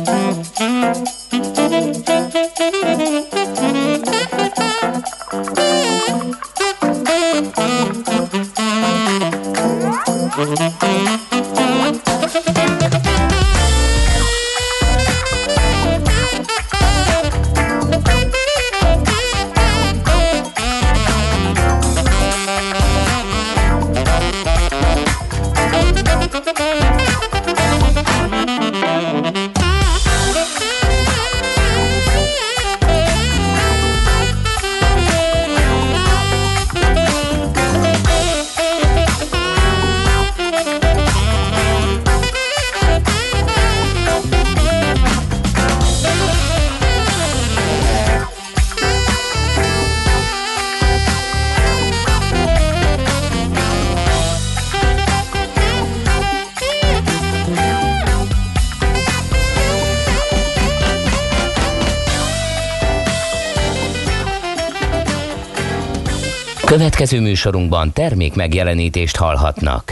Következő műsorunkban termék megjelenítést hallhatnak.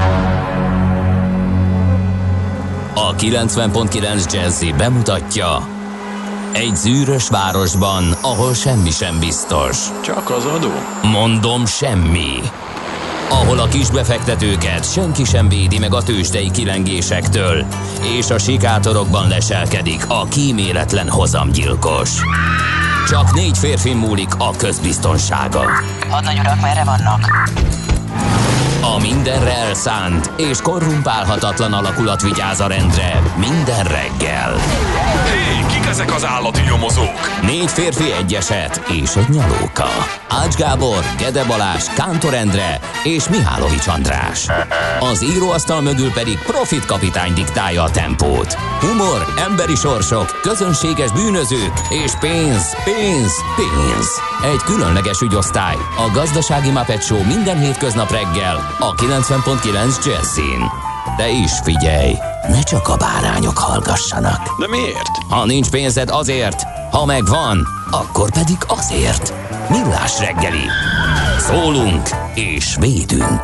A 90.9 Jazzy bemutatja: egy zűrös városban, ahol semmi sem biztos. Csak az adó? Mondom, semmi. Ahol a kisbefektetőket senki sem védi meg a tőzsdei kilengésektől, és a sikátorokban leselkedik a kíméletlen hozamgyilkos. Csak 4 férfi múlik a közbiztonsága. Hadnagy urak, merre vannak? A mindenre elszánt és korrumpálhatatlan alakulat vigyáz a rendre minden reggel. Hé, kik ezek az állati nyomozók? 4 férfi, egy eset és egy nyalóka. Ács Gábor, Gede Balázs, Kántor Endre és Mihálovics András. Az íróasztal mögül pedig Profit kapitány diktálja a tempót. Humor, emberi sorsok, közönséges bűnözők és pénz, pénz, pénz. Egy különleges ügyosztály, a Gazdasági Muppet Show minden hétköznap reggel a 90.9 Jazzyn. De is figyelj, ne csak a bárányok hallgassanak. De miért? Ha nincs pénzed, azért, ha megvan, akkor pedig azért. Millás reggeli. Szólunk és védünk.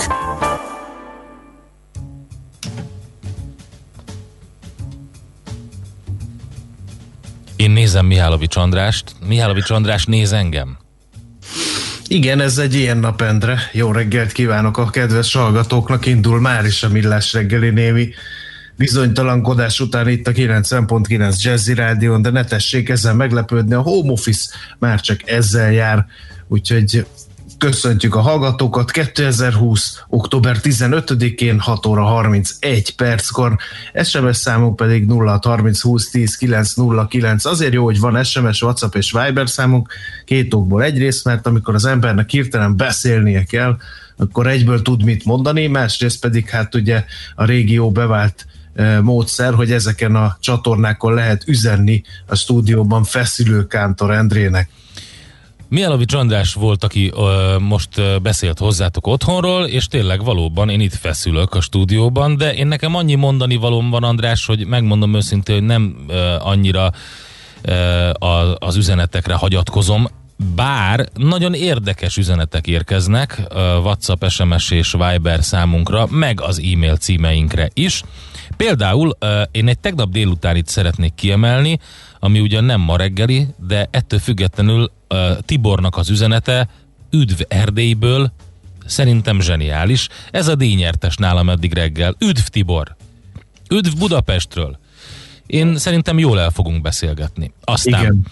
Én nézem Mihálovics Andrást, Mihálovics András néz engem. Igen, ez egy ilyen nap, Endre. Jó reggelt kívánok a kedves hallgatóknak. Indul már is a Millás reggeli némi bizonytalankodás után itt a 90.9 Jazzy Rádión, de ne tessék ezzel meglepődni, a home office már csak ezzel jár, úgyhogy köszöntjük a hallgatókat. 2020. október 15-én 6 óra 31 perckor, SMS számunk pedig 0630 20 10 909. Azért jó, hogy van SMS, WhatsApp és Viber számunk, 2 okból. Egyrészt, mert amikor az embernek hirtelen beszélnie kell, akkor egyből tud mit mondani, másrészt pedig hát ugye a régió bevált módszer, hogy ezeken a csatornákon lehet üzenni a stúdióban feszülő Kántor Endrének. Mihálovics András volt, aki most beszélt hozzátok otthonról, és tényleg valóban én itt feszülök a stúdióban, de én nekem annyi mondani valóm van, András, hogy megmondom őszintén, hogy nem annyira az üzenetekre hagyatkozom, bár nagyon érdekes üzenetek érkeznek WhatsApp, SMS és Viber számunkra, meg az e-mail címeinkre is. Például én egy tegnap délutánit szeretnék kiemelni, ami ugyan nem ma reggeli, de ettől függetlenül Tibornak az üzenete, üdv Erdélyből, szerintem zseniális. Ez a díjnyertes nálam eddig reggel. Üdv Tibor! Üdv Budapestről! Én szerintem jól el fogunk beszélgetni. Aztán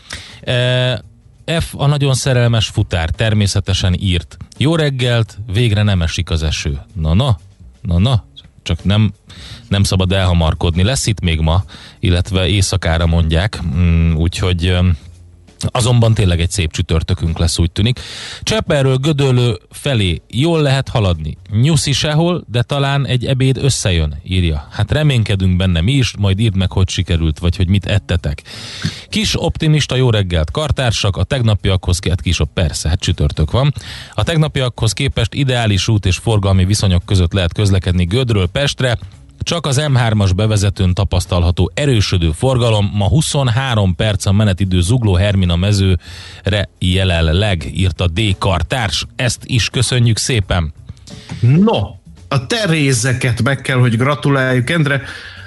F, a nagyon szerelmes futár, természetesen írt: jó reggelt, végre nem esik az eső. Na, csak nem szabad elhamarkodni. Lesz itt még ma, illetve éjszakára mondják, úgyhogy azonban tényleg egy szép csütörtökünk lesz, úgy tűnik. Csepelről Gödöllő felé jól lehet haladni. Nyuszi sehol, de talán egy ebéd összejön, írja. Hát reménykedünk benne mi is, majd írd meg, hogy sikerült, vagy hogy mit ettetek. Kis optimista, jó reggelt, kartársak, a tegnapiakhoz persze, hát csütörtök van. A tegnapiakhoz képest ideális út és forgalmi viszonyok között lehet közlekedni Gödről Pestre, csak az M3-as bevezetőn tapasztalható erősödő forgalom, ma 23 perc a menetidő Zugló Hermina mezőre jelenleg, írta D. kartárs. Ezt is köszönjük szépen. No, a Terézeket meg kell, hogy gratuláljuk, Endre.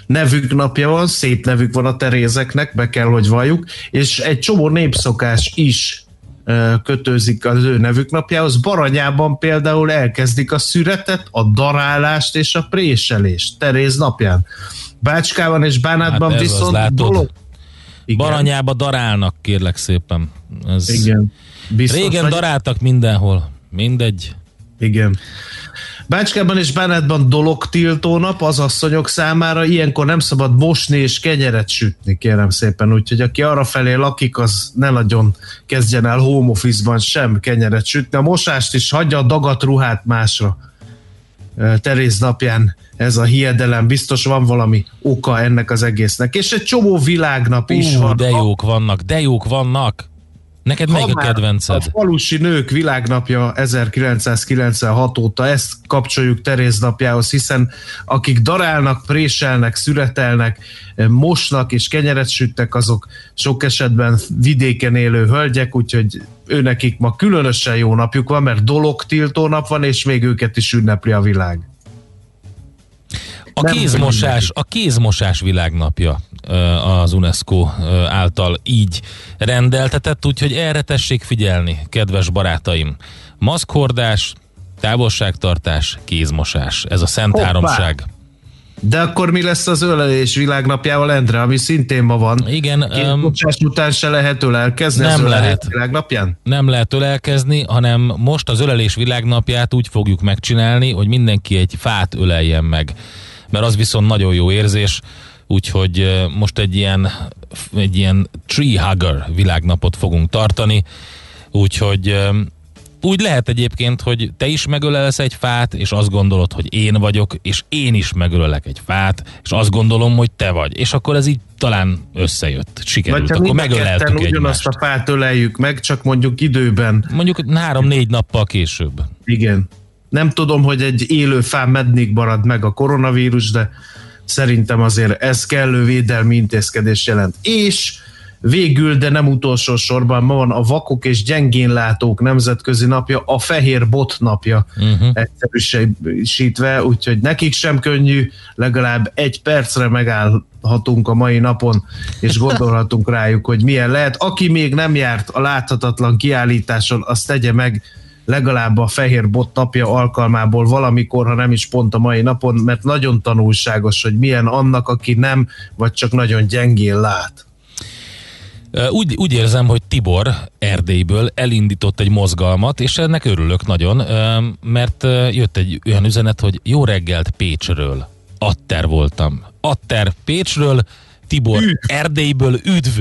nevük napja van, szép nevük van a Terézeknek, be kell, hogy valljuk, és egy csomó népszokás is kötőzik az ő nevük napjához. Baranyában például elkezdik a szüretet, a darálást és a préselést Teréz napján. Bácskában és Bánátban viszont dolog. Baranyába darálnak, kérlek szépen. Ez igen. Régen daráltak mindenhol. Mindegy. Igen. Bácskában és Bánátban dologtiltó nap az asszonyok számára, ilyenkor nem szabad mosni és kenyeret sütni, kérem szépen, úgyhogy aki arrafelé lakik, az ne nagyon kezdjen el home office-ban sem kenyeret sütni. A mosást is hagyja, a dagat ruhát másra. Teréz napján ez a hiedelem, biztos van valami oka ennek az egésznek. És egy csomó világnap is van. De jók vannak. Neked melyik a kedvenced? A falusi nők világnapja 1996 óta, ezt kapcsoljuk Teréz napjához, hiszen akik darálnak, préselnek, szüretelnek, mosnak és kenyeret süttek, azok sok esetben vidéken élő hölgyek, úgyhogy őnekik ma különösen jó napjuk van, mert dologtiltó nap van, és még őket is ünnepli a világ. A kézmosás világnapja az UNESCO által így rendeltetett, úgyhogy erre tessék figyelni, kedves barátaim. Maszkhordás, távolságtartás, kézmosás. Ez a szent háromság. De akkor mi lesz az ölelés világnapjával, Endre, ami szintén ma van? Igen. Kézmosás után se lehet ölelkezni nem az ölelés lehet. Világnapján? Nem lehet ölelkezni, hanem most az ölelés világnapját úgy fogjuk megcsinálni, hogy mindenki egy fát öleljen meg. Mert az viszont nagyon jó érzés, úgyhogy most egy ilyen tree hugger világnapot fogunk tartani, úgyhogy úgy lehet egyébként, hogy te is megölelsz egy fát, és azt gondolod, hogy én vagyok, és én is megölelek egy fát, és azt gondolom, hogy te vagy. És akkor ez így talán összejött, sikerült. Vagy akkor megöleltük egymást. Ugyanazt a fát öleljük meg, csak mondjuk időben. Mondjuk 3-4 nappal később. Igen. Nem tudom, hogy egy élő fán meddig marad meg a koronavírus, de szerintem azért ez kellő védelmi intézkedés jelent. És végül, de nem utolsó sorban ma van a vakok és gyengénlátók nemzetközi napja, a fehér bot napja egyszerűsítve, úgyhogy nekik sem könnyű, legalább egy percre megállhatunk a mai napon, és gondolhatunk rájuk, hogy milyen lehet. Aki még nem járt a láthatatlan kiállításon, azt tegye meg legalább a fehér bot napja alkalmából valamikor, ha nem is pont a mai napon, mert nagyon tanulságos, hogy milyen annak, aki nem, vagy csak nagyon gyengén lát. Úgy érzem, hogy Tibor Erdélyből elindított egy mozgalmat, és ennek örülök nagyon, mert jött egy olyan üzenet, hogy jó reggelt Pécsről. Atter voltam. Atter Pécsről, Tibor Erdélyből üdv!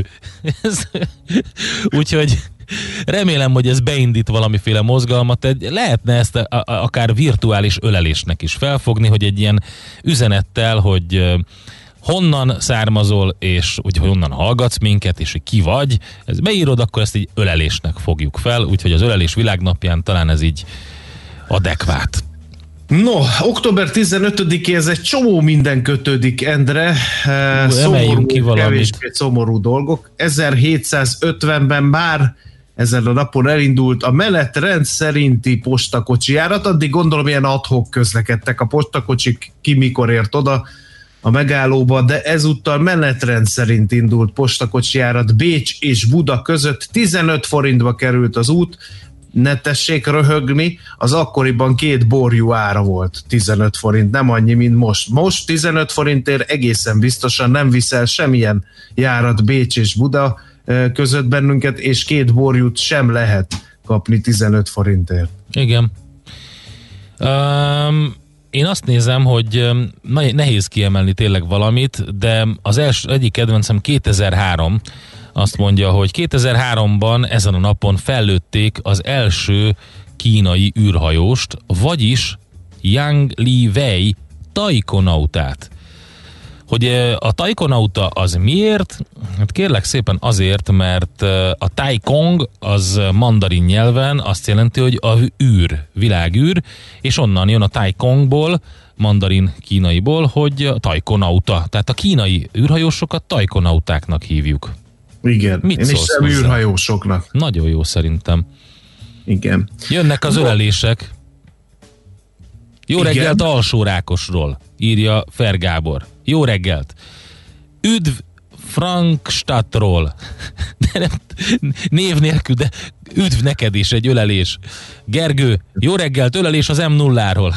Úgyhogy remélem, hogy ez beindít valamiféle mozgalmat. Lehetne ezt akár virtuális ölelésnek is felfogni, hogy egy ilyen üzenettel, hogy honnan származol, és hogy honnan hallgatsz minket, és hogy ki vagy, ez beírod, akkor ezt így ölelésnek fogjuk fel, úgyhogy az ölelés világnapján talán ez így adekvát. No, október 15-éhez egy csomó minden kötődik, Endre. Emeljünk ki valamit. Kevésbé szomorú dolgok. 1750-ben már ezen a napon elindult a menetrend szerinti postakocsi járat. Addig gondolom ilyen ad-hoc közlekedtek a postakocsik, ki mikor ért oda a megállóba, de ezúttal menetrend szerint indult postakocsi járat Bécs és Buda között. 15 forintba került az út, ne tessék röhögni, az akkoriban 2 borjú ára volt 15 forint, nem annyi, mint most. Most 15 forintért egészen biztosan nem viszel semmilyen járat Bécs és Buda között bennünket, és 2 borjút sem lehet kapni 15 forintért. Igen. Én azt nézem, hogy nehéz kiemelni tényleg valamit, de az egyik kedvencem 2003, azt mondja, hogy 2003-ban ezen a napon fellőtték az első kínai űrhajóst, vagyis Yang Li Wei taikonautát. Hogy a taikonauta az miért? Hát kérlek szépen azért, mert a taikong az mandarin nyelven azt jelenti, hogy a űr, világűr, és onnan jön a taikongból, mandarin kínaiból, hogy a taikonauta. Tehát a kínai űrhajósokat taikonautáknak hívjuk. Igen, mit én is sem űrhajósoknak. Nagyon jó szerintem. Igen. Jönnek az ölelések. Jó reggelt Alsó Rákosról, írja Fer Gábor. Jó reggelt. Üdv Frankstadtról. De nem, név nélkül, de üdv neked is, egy ölelés. Gergő, jó reggelt, ölelés az M0-ról.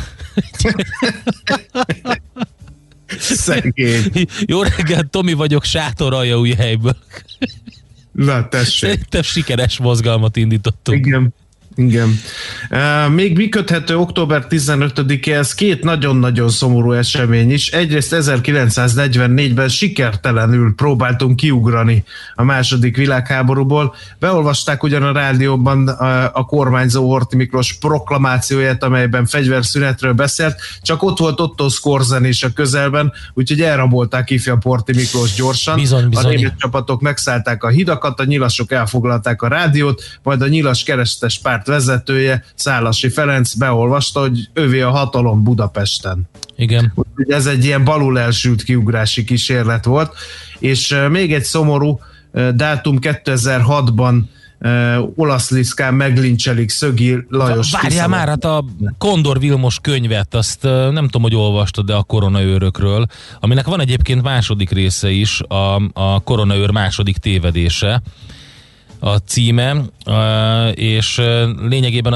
Szegény. Jó reggelt, Tomi vagyok, Sátoraljaújhelyből. Na, tessék. Szerintem sikeres mozgalmat indítottunk. Igen. Még mi köthető október 15-éhez? Két nagyon-nagyon szomorú esemény is. Egyrészt 1944-ben sikertelenül próbáltunk kiugrani a második világháborúból. Beolvasták ugyan a rádióban a kormányzó Horthy Miklós proklamációját, amelyben fegyverszünetről beszélt, csak ott volt Otto Skorzen is a közelben, úgyhogy elrabolták ifjabb Horthy Miklós gyorsan. Bizony. A német csapatok megszállták a hidakat, a nyilasok elfoglalták a rádiót, majd a nyilas keresztes párt vezetője, Szálasi Ferenc beolvasta, hogy ővé a hatalom Budapesten. Igen. Ez egy ilyen balul elsült kiugrási kísérlet volt, és még egy szomorú dátum 2006-ban Olasz Liszkán meglincselik Szögi Lajos. Várjál már, hát a Kondor Vilmos könyvet, azt nem tudom, hogy olvastad, de a koronaőrökről, aminek van egyébként második része is, a koronaőr második tévedése a címe, és lényegében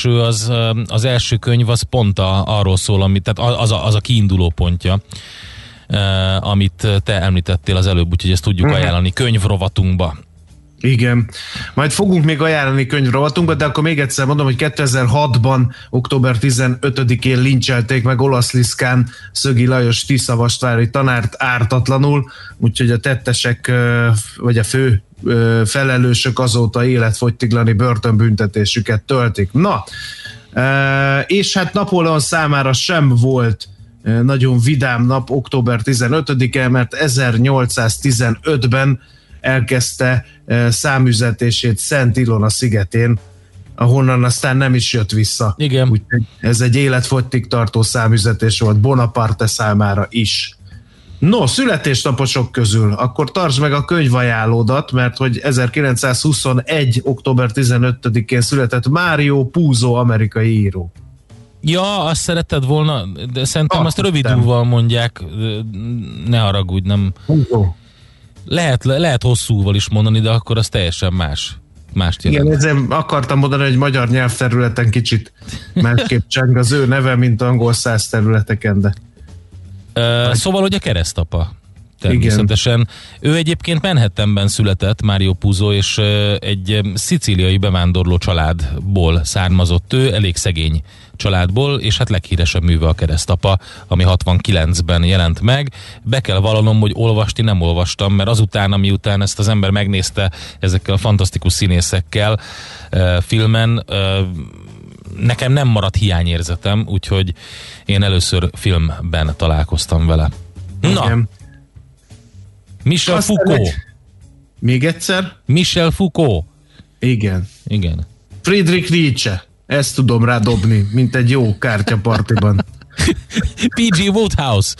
az első könyv az pont arról szól, tehát az a kiinduló pontja, amit te említettél az előbb, úgyhogy ezt tudjuk ajánlani könyvrovatunkba. Igen. Majd fogunk még ajánlani könyvrovatunkba, de akkor még egyszer mondom, hogy 2006-ban, október 15-én lincselték meg Olasz Liszkán Szögi Lajos tiszavasvári tanárt ártatlanul, úgyhogy a tettesek, vagy a fő felelősök azóta életfogytiglani börtönbüntetésüket töltik. Na, és hát Napóleon számára sem volt nagyon vidám nap október 15-e, mert 1815-ben elkezdte számüzetését Szent Ilona szigetén, ahonnan aztán nem is jött vissza. Igen. Úgyhogy ez egy életfogytig tartó számüzetés volt Bonaparte számára is. No, születésnaposok közül, akkor tartsd meg a könyvajánlódat, mert hogy 1921. október 15-én született Mario Puzo, amerikai író. Ja, azt szeretted volna, de szerintem azt rövidúval mondják, ne haragudj, nem... Puzo. Lehet hosszúval is mondani, de akkor az teljesen mást jelent. Igen, ezzel akartam mondani, hogy magyar nyelvterületen kicsit másképp cseng az ő neve, mint angol száz területeken, de... Szóval, hogy a keresztapa. Természetesen. Igen. Ő egyébként Manhattanben született, Mario Puzo, és egy szicíliai bevándorló családból származott ő, elég szegény családból, és hát leghíresebb műve a Keresztapa, ami 69-ben jelent meg. Be kell vallanom, hogy olvasni nem olvastam, mert azután, amiután ezt az ember megnézte ezekkel a fantasztikus színészekkel filmen, nekem nem maradt hiányérzetem, úgyhogy én először filmben találkoztam vele. Na, igen. Michel aztán Foucault. Még egyszer? Michel Foucault. Igen. Friedrich Nietzsche. Ezt tudom rá dobni, mint egy jó kártyapartiban. P.G. Wodehouse.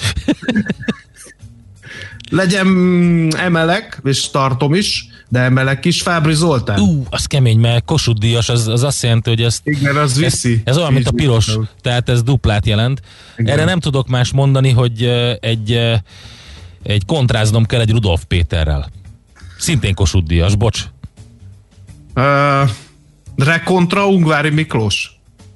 Legyen emelek, és tartom is, de emelek is Fábry Zoltán. Az kemény, mert Kossuth Díjas, az azt jelenti, hogy ezt... Igen, az viszi. Ez olyan, mint a piros, tehát ez duplát jelent. Igen. Erre nem tudok más mondani, hogy egy kontráznom kell egy Rudolf Péterrel. Szintén Kossuth Díjas, bocs. Rekontra Ungvári Miklós.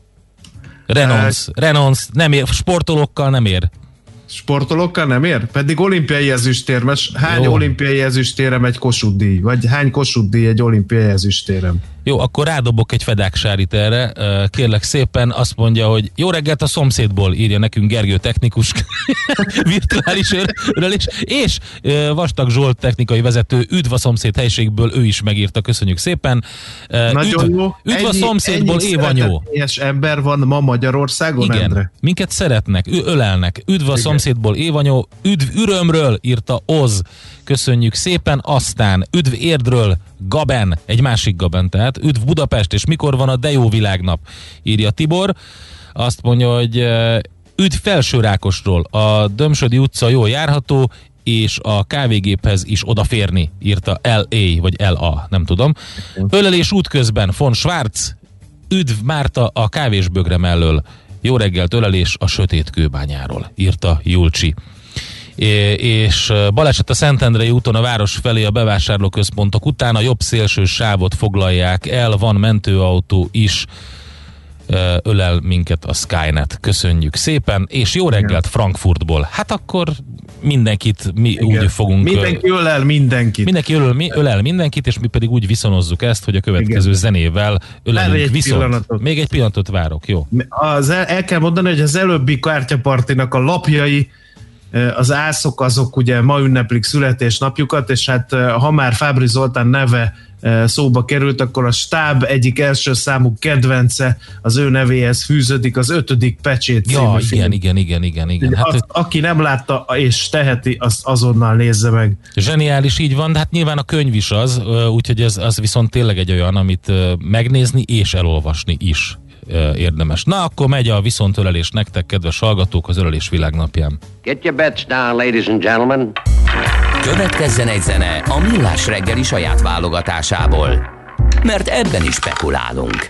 Renonc, nem ér, sportolókkal nem ér. Sportolókkal nem ér? Pedig olimpiai ezüstérmes. Hány Jó. olimpiai ezüstérem egy Kossuth díj? Vagy hány Kossuth díj egy olimpiai ezüstérem? Jó, akkor rádobok egy fedáksárit erre. Kérlek szépen, azt mondja, hogy jó reggelt a szomszédból, írja nekünk Gergő technikus virtuális örülés, és Vastag Zsolt technikai vezető, üdv a szomszéd helységből, ő is megírta, köszönjük szépen. Nagyon jó. Üdv a szomszédból, Évanyó. Ennyi ember van ma Magyarországon, igen, Endre? minket szeretnek, ölelnek. Üdv a szomszédból, Évanyó, üdv Ürömről, írta Oz. Köszönjük szépen, aztán üdv Érdről, Gaben, egy másik Gaben, tehát üdv Budapest, és mikor van a De Jó Világnap, írja Tibor. Azt mondja, hogy üdv Felsőrákosról, a Dömsödi utca jól járható, és a kávégéphez is odaférni, írta L.A. vagy L.A. nem tudom. Ölelés útközben von Schwarz, üdv Márta a kávésbögre mellől, Jó reggelt, ölelés a sötét kőbányáról, írta Julcsi. És baleset a Szentendrei úton a város felé a bevásárlóközpontok után, a jobb szélső sávot foglalják el, van mentőautó is, ölel minket a Skynet. Köszönjük szépen, és jó reggelt Frankfurtból. Hát akkor mindenkit mi úgy fogunk... Mindenki ölel mindenkit. Mindenki ölel mindenkit, és mi pedig úgy viszonozzuk ezt, hogy a következő zenével ölelünk viszont. Még egy pillanatot várok, jó? El kell mondani, hogy az előbbi kártyapartinak a lapjai, az ászok azok ugye ma ünneplik születésnapjukat, és hát ha már Fábry Zoltán neve szóba került, akkor a stáb egyik első számú kedvence az ő nevéhez fűződik, az 5. Pecsét című film. Igen. Hát, aki nem látta és teheti, azt azonnal nézze meg. Zseniális, így van, de hát nyilván a könyv is az, úgyhogy az viszont tényleg egy olyan, amit megnézni és elolvasni is érdemes. Na, akkor megy a viszontölelés nektek, kedves hallgatók, az Ölelés Világnapján. Get your bets down, ladies and gentlemen. Következzen egy zene a Millás reggeli saját válogatásából, mert ebben is spekulálunk.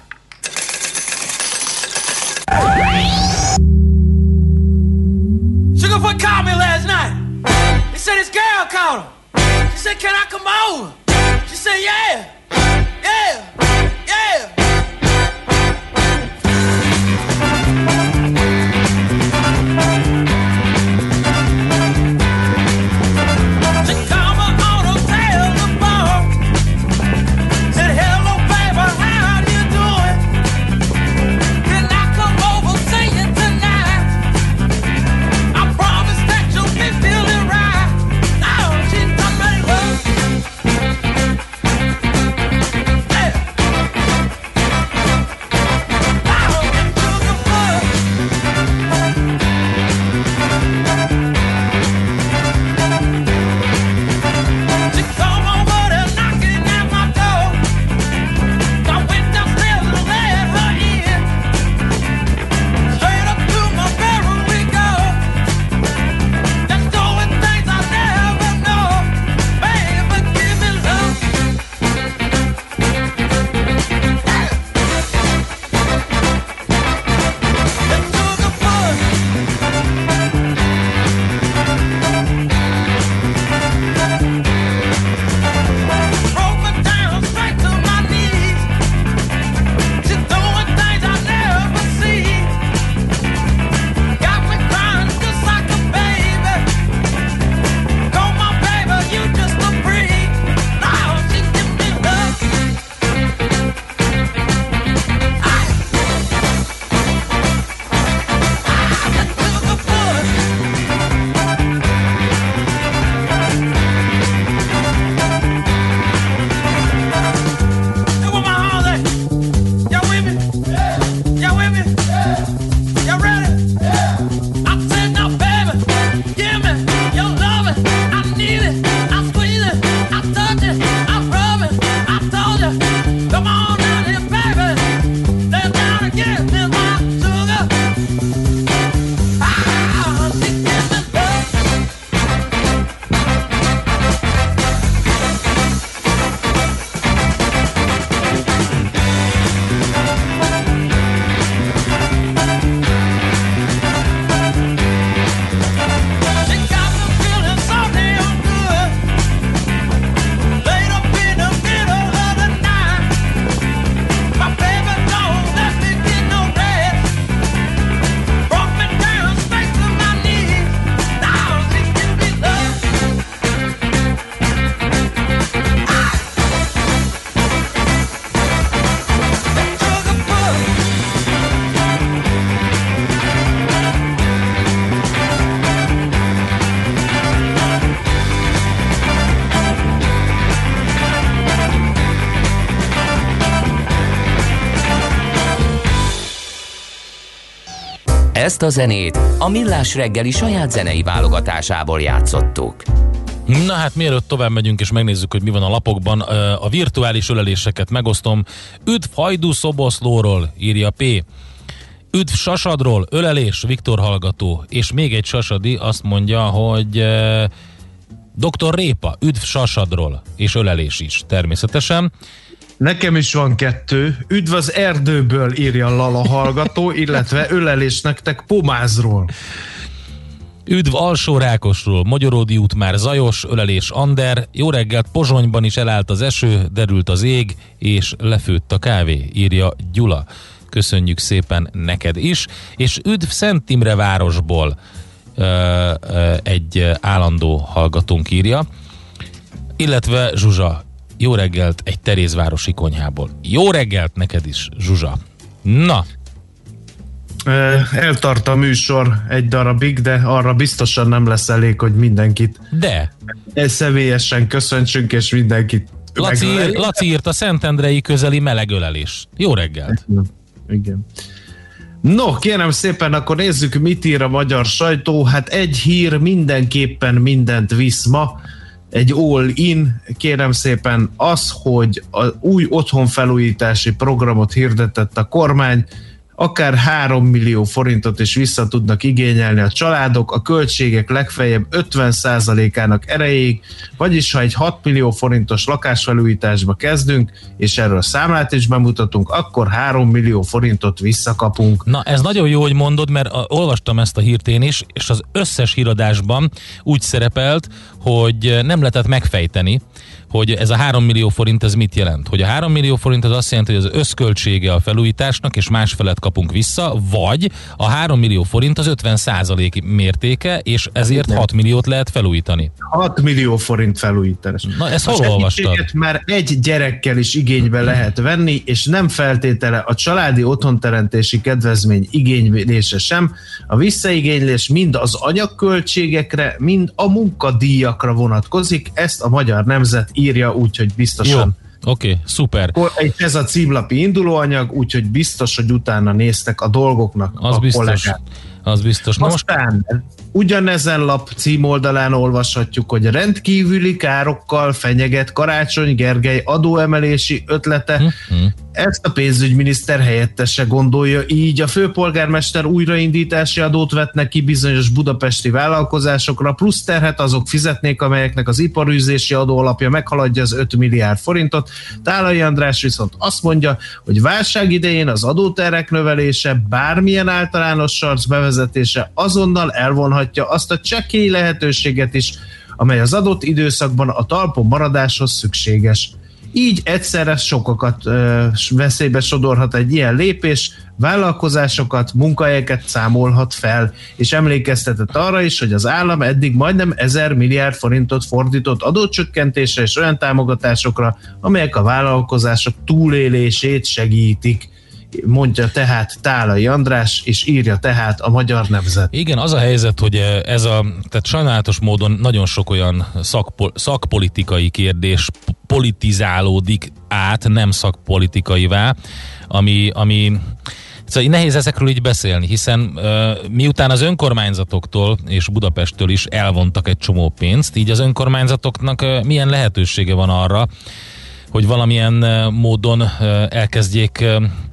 Sugarfoot called me last night. He said his girl called him. She said, can I come over? She said, yeah. Ezt a zenét a Millás reggeli saját zenei válogatásából játszottuk. Na hát mielőtt tovább megyünk és megnézzük, hogy mi van a lapokban, a virtuális öleléseket megosztom. Üdv Hajdú Szoboszlóról, írja P. Üdv Sasadról, ölelés, Viktor hallgató. És még egy sasadi azt mondja, hogy Dr. Répa, üdv Sasadról, és ölelés is természetesen. Nekem is van 2. Üdv az erdőből, írja Lala hallgató, illetve ölelés nektek Pomázról. Üdv Alsó Rákosról, Magyaródi út már zajos, ölelés Ander, jó reggelt, Pozsonyban is elállt az eső, derült az ég, és lefőtt a kávé, írja Gyula. Köszönjük szépen neked is, és üdv Szent Imre városból egy állandó hallgatónk írja, illetve Zsuzsa, jó reggelt egy Terézvárosi konyhából. Jó reggelt neked is, Zsuzsa. Na! Eltart a műsor egy darabig, de arra biztosan nem lesz elég, hogy mindenkit személyesen köszöntsünk, és mindenkit Laci írt a Szentendrei közeli melegölelés. Jó reggelt! Igen. No, kérem szépen, akkor nézzük, mit ír a magyar sajtó. Hát egy hír mindenképpen mindent visz ma. Egy all-in, kérem szépen, az, hogy az új otthonfelújítási programot hirdetett a kormány, akár 3 millió forintot is vissza tudnak igényelni a családok, a költségek legfeljebb 50%-ának erejéig, vagyis ha egy 6 millió forintos lakásfelújításba kezdünk, és erről számlát is bemutatunk, akkor 3 millió forintot visszakapunk. Na, ez nagyon jó, hogy mondod, mert olvastam ezt a hírt én is, és az összes híradásban úgy szerepelt, hogy nem lehetett megfejteni, hogy ez a 3 millió forint ez mit jelent. Hogy a 3 millió forint az azt jelenti, hogy az összköltsége a felújításnak, és másfelet kapunk vissza, vagy a 3 millió forint az 50% mértéke, és ezért 6 milliót lehet felújítani. 6 millió forint felújítás. Na, ezt hol olvastad? Már egy gyerekkel is igénybe lehet venni, és nem feltétele a családi otthonteremtési kedvezmény igénylése sem. A visszaigénylés mind az anyagköltségekre, mind a munkadíjakra vonatkozik. Ezt a Magyar Nemzet írja, úgyhogy biztosan. Oké, szuper. Ez a címlapi indulóanyag, úgyhogy biztos, hogy utána néztek a dolgoknak az a biztos. kollégák. Az biztos. Aztán ugyanezen lap címoldalán olvashatjuk, hogy rendkívüli károkkal fenyeget Karácsony Gergely adóemelési ötlete. Ezt a pénzügyminiszter helyettese gondolja így. A főpolgármester újraindítási adót vetne ki bizonyos budapesti vállalkozásokra, plusz terhet azok fizetnék, amelyeknek az iparűzési adóalapja meghaladja az 5 milliárd forintot. Tálai András viszont azt mondja, hogy válság idején az adóterhek növelése, bármilyen általános sarc bevezetése azonnal elvonhatja azt a csekély lehetőséget is, amely az adott időszakban a talpon maradáshoz szükséges. Így egyszerre sokakat veszélybe sodorhat egy ilyen lépés, vállalkozásokat, munkahelyeket számolhat fel, és emlékeztetett arra is, hogy az állam eddig majdnem 1000 milliárd forintot fordított adócsökkentésre és olyan támogatásokra, amelyek a vállalkozások túlélését segítik. Mondja tehát Tálai András, és írja tehát a Magyar Nemzet. Igen, az a helyzet, hogy tehát sajnálatos módon nagyon sok olyan szakpolitikai kérdés politizálódik át, nem szakpolitikaivá, ami szóval nehéz ezekről így beszélni, hiszen miután az önkormányzatoktól és Budapesttől is elvontak egy csomó pénzt, így az önkormányzatoknak milyen lehetősége van arra, hogy valamilyen módon elkezdjék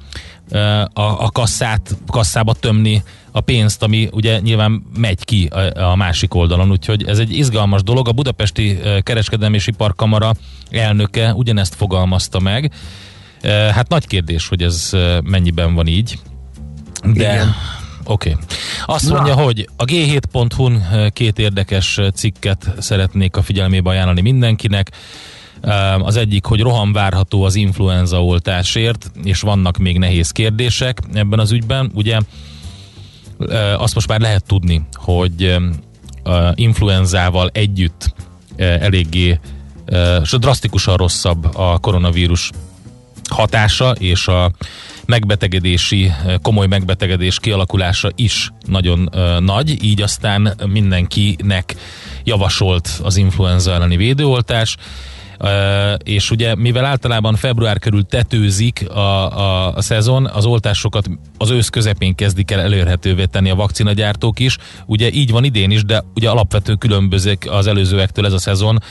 a kasszába tömni a pénzt, ami ugye nyilván megy ki a másik oldalon, úgyhogy ez egy izgalmas dolog. A Budapesti Kereskedelmi és Iparkamara elnöke ugyanezt fogalmazta meg. Hát nagy kérdés, hogy ez mennyiben van így. De oké. Azt mondja, hogy a G7.hu-n 2 érdekes cikket szeretnék a figyelmébe ajánlani mindenkinek. Az egyik, hogy roham várható az influenza oltásért, és vannak még nehéz kérdések ebben az ügyben. Ugye azt most már lehet tudni, hogy influenzával együtt eléggé drasztikusan rosszabb a koronavírus hatása, és a komoly megbetegedés kialakulása is nagyon nagy, így aztán mindenkinek javasolt az influenza elleni védőoltás. És ugye mivel általában február körül tetőzik a szezon, az oltásokat az ősz közepén kezdik el elérhetővé tenni a vakcinagyártók is. Ugye így van idén is, de ugye alapvető különbözik az előzőektől ez a szezon,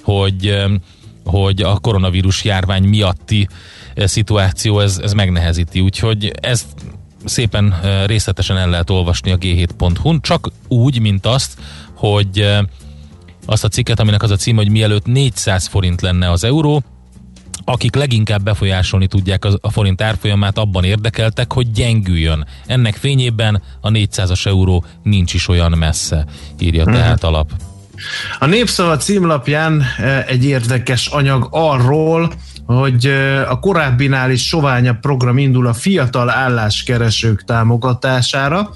hogy a koronavírus járvány miatti szituáció ez megnehezíti. Úgyhogy ezt szépen részletesen el lehet olvasni a G7.hu-n, csak úgy, mint hogy azt a cikket, aminek az a címe, hogy mielőtt 400 forint lenne az euró, akik leginkább befolyásolni tudják a forint árfolyamát, abban érdekeltek, hogy gyengüljön. Ennek fényében a 400-as euró nincs is olyan messze, írja tehát a lap. A Népszava címlapján egy érdekes anyag arról, hogy a korábbinál is soványabb program indul a fiatal álláskeresők támogatására.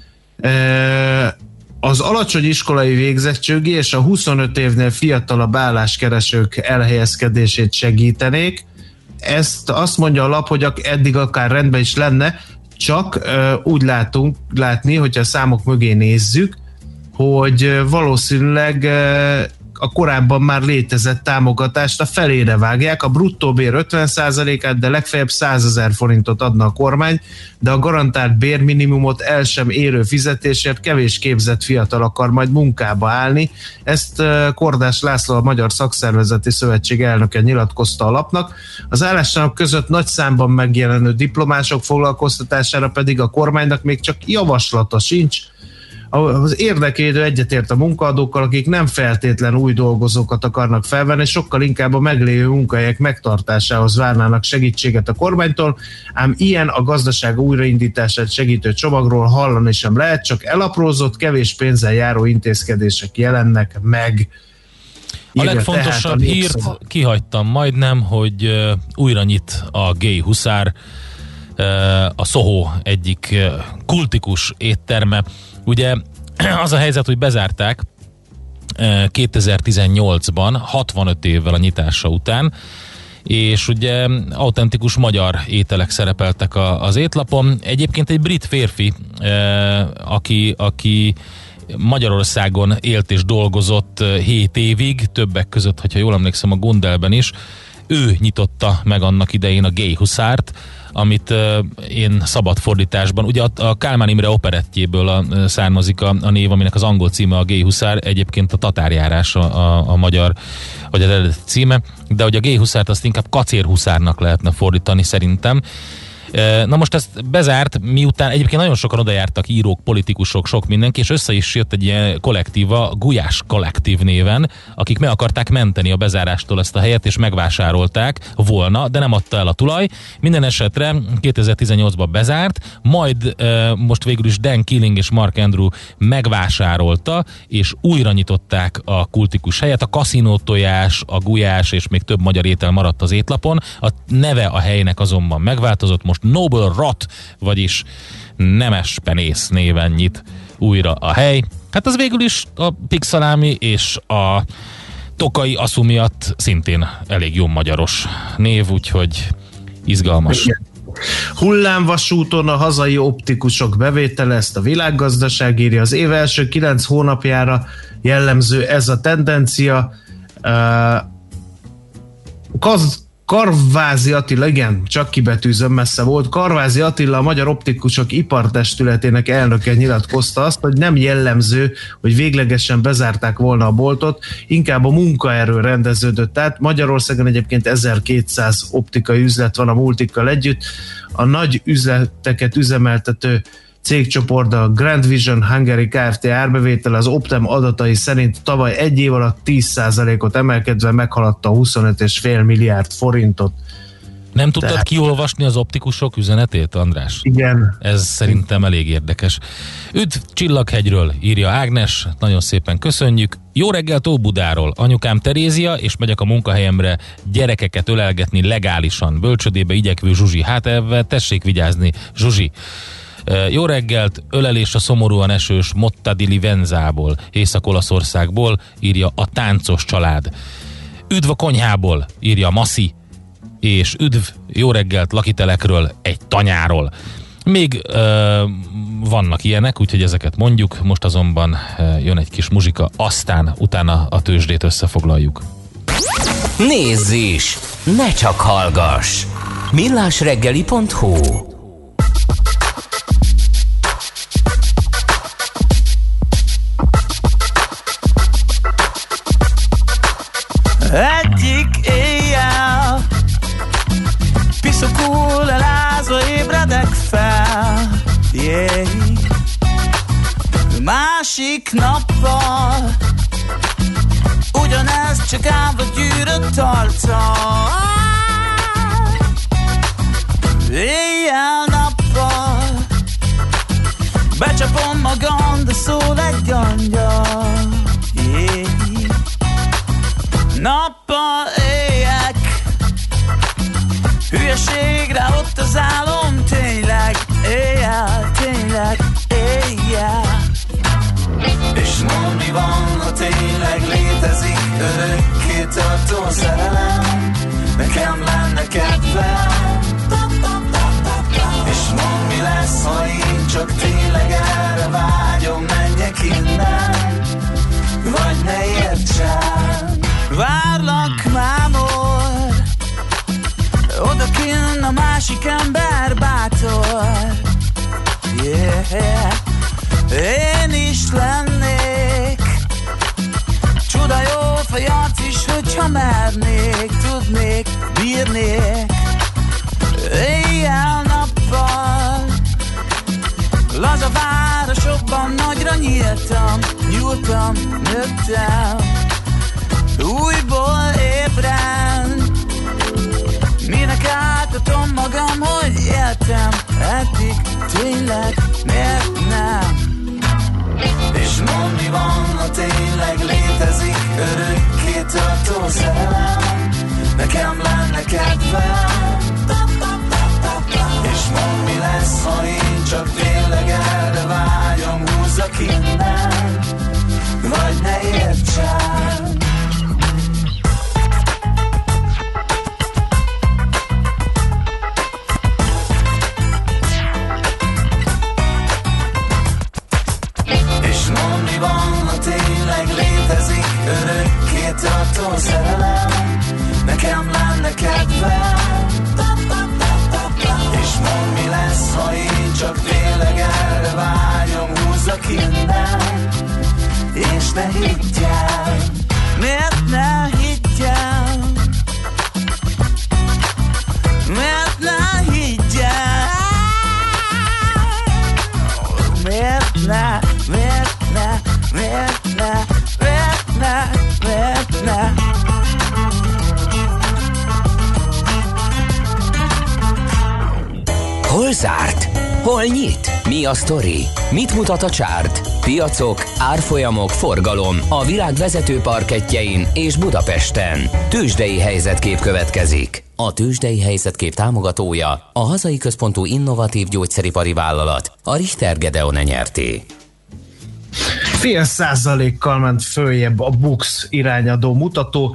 Az alacsony iskolai végzettségi és a 25 évnél fiatalabb álláskeresők elhelyezkedését segítenék. Ezt azt mondja a lap, hogy eddig akár rendben is lenne, csak úgy látni, hogyha a számok mögé nézzük, hogy valószínűleg a korábban már létezett támogatást a felére vágják, a bruttó bér 50%-át, de legfeljebb 100 000 forintot adna a kormány, de a garantált bérminimumot el sem érő fizetésért kevés képzett fiatal akar majd munkába állni. Ezt Kordás László, a Magyar Szakszervezeti Szövetség elnöke nyilatkozta a lapnak. Az állások között nagy számban megjelenő diplomások foglalkoztatására pedig a kormánynak még csak javaslata sincs. Az érdeklődő egyetért a munkaadókkal, akik nem feltétlen új dolgozókat akarnak felvenni, sokkal inkább a meglévő munkahelyek megtartásához várnának segítséget a kormánytól, ám ilyen a gazdaság újraindítását segítő csomagról hallani sem lehet, csak elaprózott, kevés pénzzel járó intézkedések jelennek meg. A legfontosabb hírt kihagytam majdnem, hogy újra nyit a Gay Huszár, a Soho egyik kultikus étterme. Ugye az a helyzet, hogy bezárták 2018-ban, 65 évvel a nyitása után, és ugye autentikus magyar ételek szerepeltek az étlapon. Egyébként egy brit férfi, aki Magyarországon élt és dolgozott 7 évig, többek között, hogyha jól emlékszem, a Gundelben is, ő nyitotta meg annak idején a Gay Huszárt, amit én szabad fordításban, ugye a Kálmán Imre operettjéből származik a név, aminek az angol címe a Gay Huszár, egyébként a tatárjárás a magyar, vagy az eredeti címe, de hogy a Gay Huszárt azt inkább kacérhuszárnak lehetne fordítani szerintem. Na most ezt bezárt, miután egyébként nagyon sokan odajártak, írók, politikusok, sok mindenki, és össze is jött egy ilyen kollektíva, Gulyás Kollektív néven, akik meg akarták menteni a bezárástól ezt a helyet, és megvásárolták volna, de nem adta el a tulaj. Minden esetre 2018-ban bezárt, majd most végül is Dan Killing és Mark Andrew megvásárolta, és újra nyitották a kultikus helyet. A kaszinó tojás, a gulyás és még több magyar étel maradt az étlapon. A neve a helynek azonban megváltozott, most Noble Rot, vagyis nemes penész néven nyit újra a hely. Hát az végül is a pixalámi és a tokai aszú miatt szintén elég jó magyaros név, úgyhogy izgalmas. Igen. Hullámvasúton a hazai optikusok bevétele, ezt a Világgazdaság írja. Az év első 9 hónapjára jellemző ez a tendencia. Karvázi Attila, igen, csak kibetűzöm, messze volt. Karvázi Attila, a Magyar Optikusok Ipartestületének elnöke nyilatkozta azt, hogy nem jellemző, hogy véglegesen bezárták volna a boltot, inkább a munkaerő rendeződött át. Magyarországon egyébként 1200 optikai üzlet van a multikkal együtt. A nagy üzleteket üzemeltető cégcsoport, a Grand Vision Hungary Kft. Árbevétele az Optem adatai szerint tavaly egy év alatt 10%-ot emelkedve meghaladta a 25,5 milliárd forintot. Nem tudtad kiolvasni az optikusok üzenetét, András? Igen. Ez szerintem elég érdekes. Üdv Csillaghegyről, írja Ágnes, nagyon szépen köszönjük. Jó reggelt Óbudáról, anyukám Terézia, és megyek a munkahelyemre gyerekeket ölelgetni legálisan. Bölcsödébe igyekvő Zsuzsi. Hát ebben tessék vigyázni, Zsuzsi. Jó reggelt, ölelés a szomorúan esős Motta di Livenzából, Észak-Olaszországból, írja a táncos család. Üdv a konyhából, írja Maszi, és üdv, jó reggelt Lakitelekről, egy tanyáról. Még vannak ilyenek, úgyhogy ezeket mondjuk, most azonban jön egy kis muzsika, aztán utána a tőzsdét összefoglaljuk. Nézz is! Ne csak hallgass! millásreggeli.hu Egyik éjjel piszokul elázva ébredek fel, yeah. Másik nappal ugyanez, csak állva gyűrött arccal. Éjjel-nappal becsapom magam, de szól egy angyal. Nappal éjek, hülyeségre ott az álom. Tényleg, éjjel, tényleg, éjjel. És mondd, mi van, ha tényleg létezik örökké tartó szerelem. Nekem lenne kedvem. És mondd, mi lesz, ha én csak tényleg erre vágyom. Menjek innen, vagy ne értsen. Várlak mámor, odakinn a másik ember bátor. Yeah. Én is lennék csuda jó fejarc is, hogyha mernék, tudnék, bírnék. Éjjel-nappal laza városokban nagyra nyíltam, nőttem. Újból ébren, minek átadom magam, hogy éltem eddig, tényleg, miért nem? És mondd, mi van, ha tényleg létezik örökké tartó szerelem. Nekem lenne kedvem. És mondd, mi lesz, ha én csak tényleg erre vágyom. Húzzak innen, vagy ne értsen. Örökké tartó szerelem, nekem lenne kedvem. És mondd, mi lesz, ha én csak tényleg erre vágyom. Húzzak innen, és ne higgyem. Miért ne higgyem? Miért ne higgyem? Miért ne, miért ne, miért ne? Ne. Hol zárt? Hol nyit? Mi a sztori? Mit mutat a csárt? Piacok, árfolyamok, forgalom a világ vezető parkettjein és Budapesten. Tőzsdei helyzetkép következik. A Tőzsdei helyzetkép támogatója a hazai központú innovatív gyógyszeripari vállalat, a Richter Gedeon nyerté. 0,5%-kal ment följebb a BUX irányadó mutató,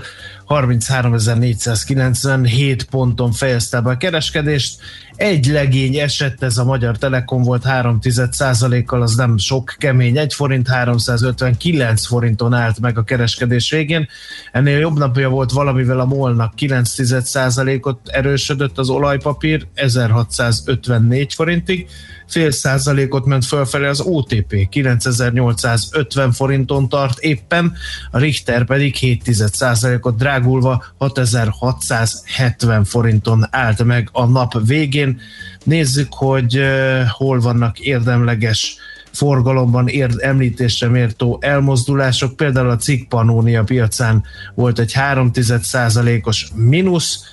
33.497 ponton fejezte be a kereskedést. Egy legény esett, ez a Magyar Telekom volt 0,3%-kal, az nem sok, kemény 1 forint, 359 forinton állt meg a kereskedés végén. Ennél jobb napja volt valamivel a MOL-nak, 9%-ot erősödött az olajpapír, 1654 forintig, 0,5%-ot ment fölfelé az OTP, 9850 forinton tart éppen, a Richter pedig 0,7%-ot drágulva 6670 forinton állt meg a nap végén. Nézzük, hogy hol vannak érdemleges forgalomban említésre méltó elmozdulások. Például a cikk Pannónia piacán volt egy 0,3%-os mínusz,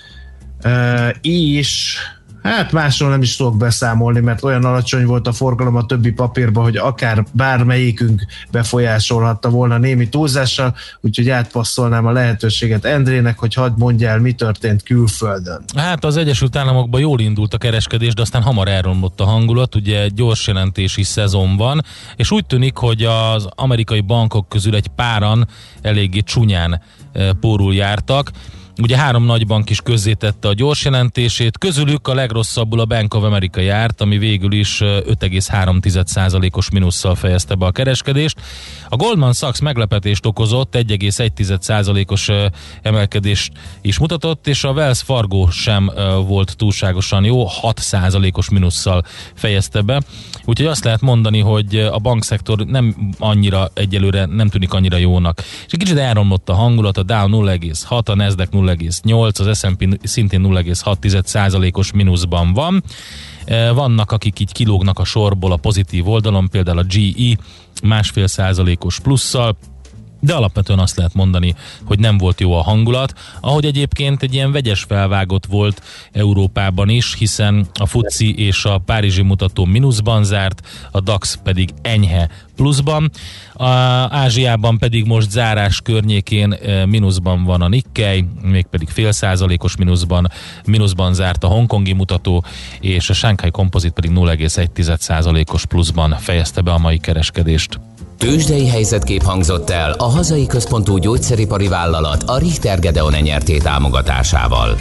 és hát másról nem is tudok beszámolni, mert olyan alacsony volt a forgalom a többi papírban, hogy akár bármelyikünk befolyásolhatta volna némi túlzással, úgyhogy átpasszolnám a lehetőséget Endrének, hogy hadd mondja el, mi történt külföldön. Hát az Egyesült Államokban jól indult a kereskedés, de aztán hamar elromlott a hangulat, ugye gyors jelentési szezon van, és úgy tűnik, hogy az amerikai bankok közül egy páran eléggé csúnyán pórul jártak. Ugye 3 nagy bank is közzétette a gyors jelentését, közülük a legrosszabbul a Bank of America járt, ami végül is 5,3%-os mínusszal fejezte be a kereskedést. A Goldman Sachs meglepetést okozott, 1,1%-os emelkedést is mutatott, és a Wells Fargo sem volt túlságosan jó, 6%-os mínusszal fejezte be. Úgyhogy azt lehet mondani, hogy a bankszektor nem annyira egyelőre nem tűnik annyira jónak. És egy kicsit elromlott a hangulat, a Dow 0,6, a Nasdaq 0,8, az S&P szintén 0,6%-os mínuszban van. Vannak, akik így kilógnak a sorból a pozitív oldalon, például a GE 1,5%-os plusszal, de alapvetően azt lehet mondani, hogy nem volt jó a hangulat, ahogy egyébként egy ilyen vegyes felvágott volt Európában is, hiszen a FTSE és a párizsi mutató mínuszban zárt, a DAX pedig enyhe pluszban, Ázsiában pedig most zárás környékén mínuszban van a Nikkei, mégpedig 0,5%-os mínuszban zárt a hongkongi mutató, és a Shanghai Composite pedig 0,1%-os pluszban fejezte be a mai kereskedést. Tőzsdei helyzetkép hangzott el a hazai központú gyógyszeripari vállalat a Richter Gedeon Enyerté támogatásával.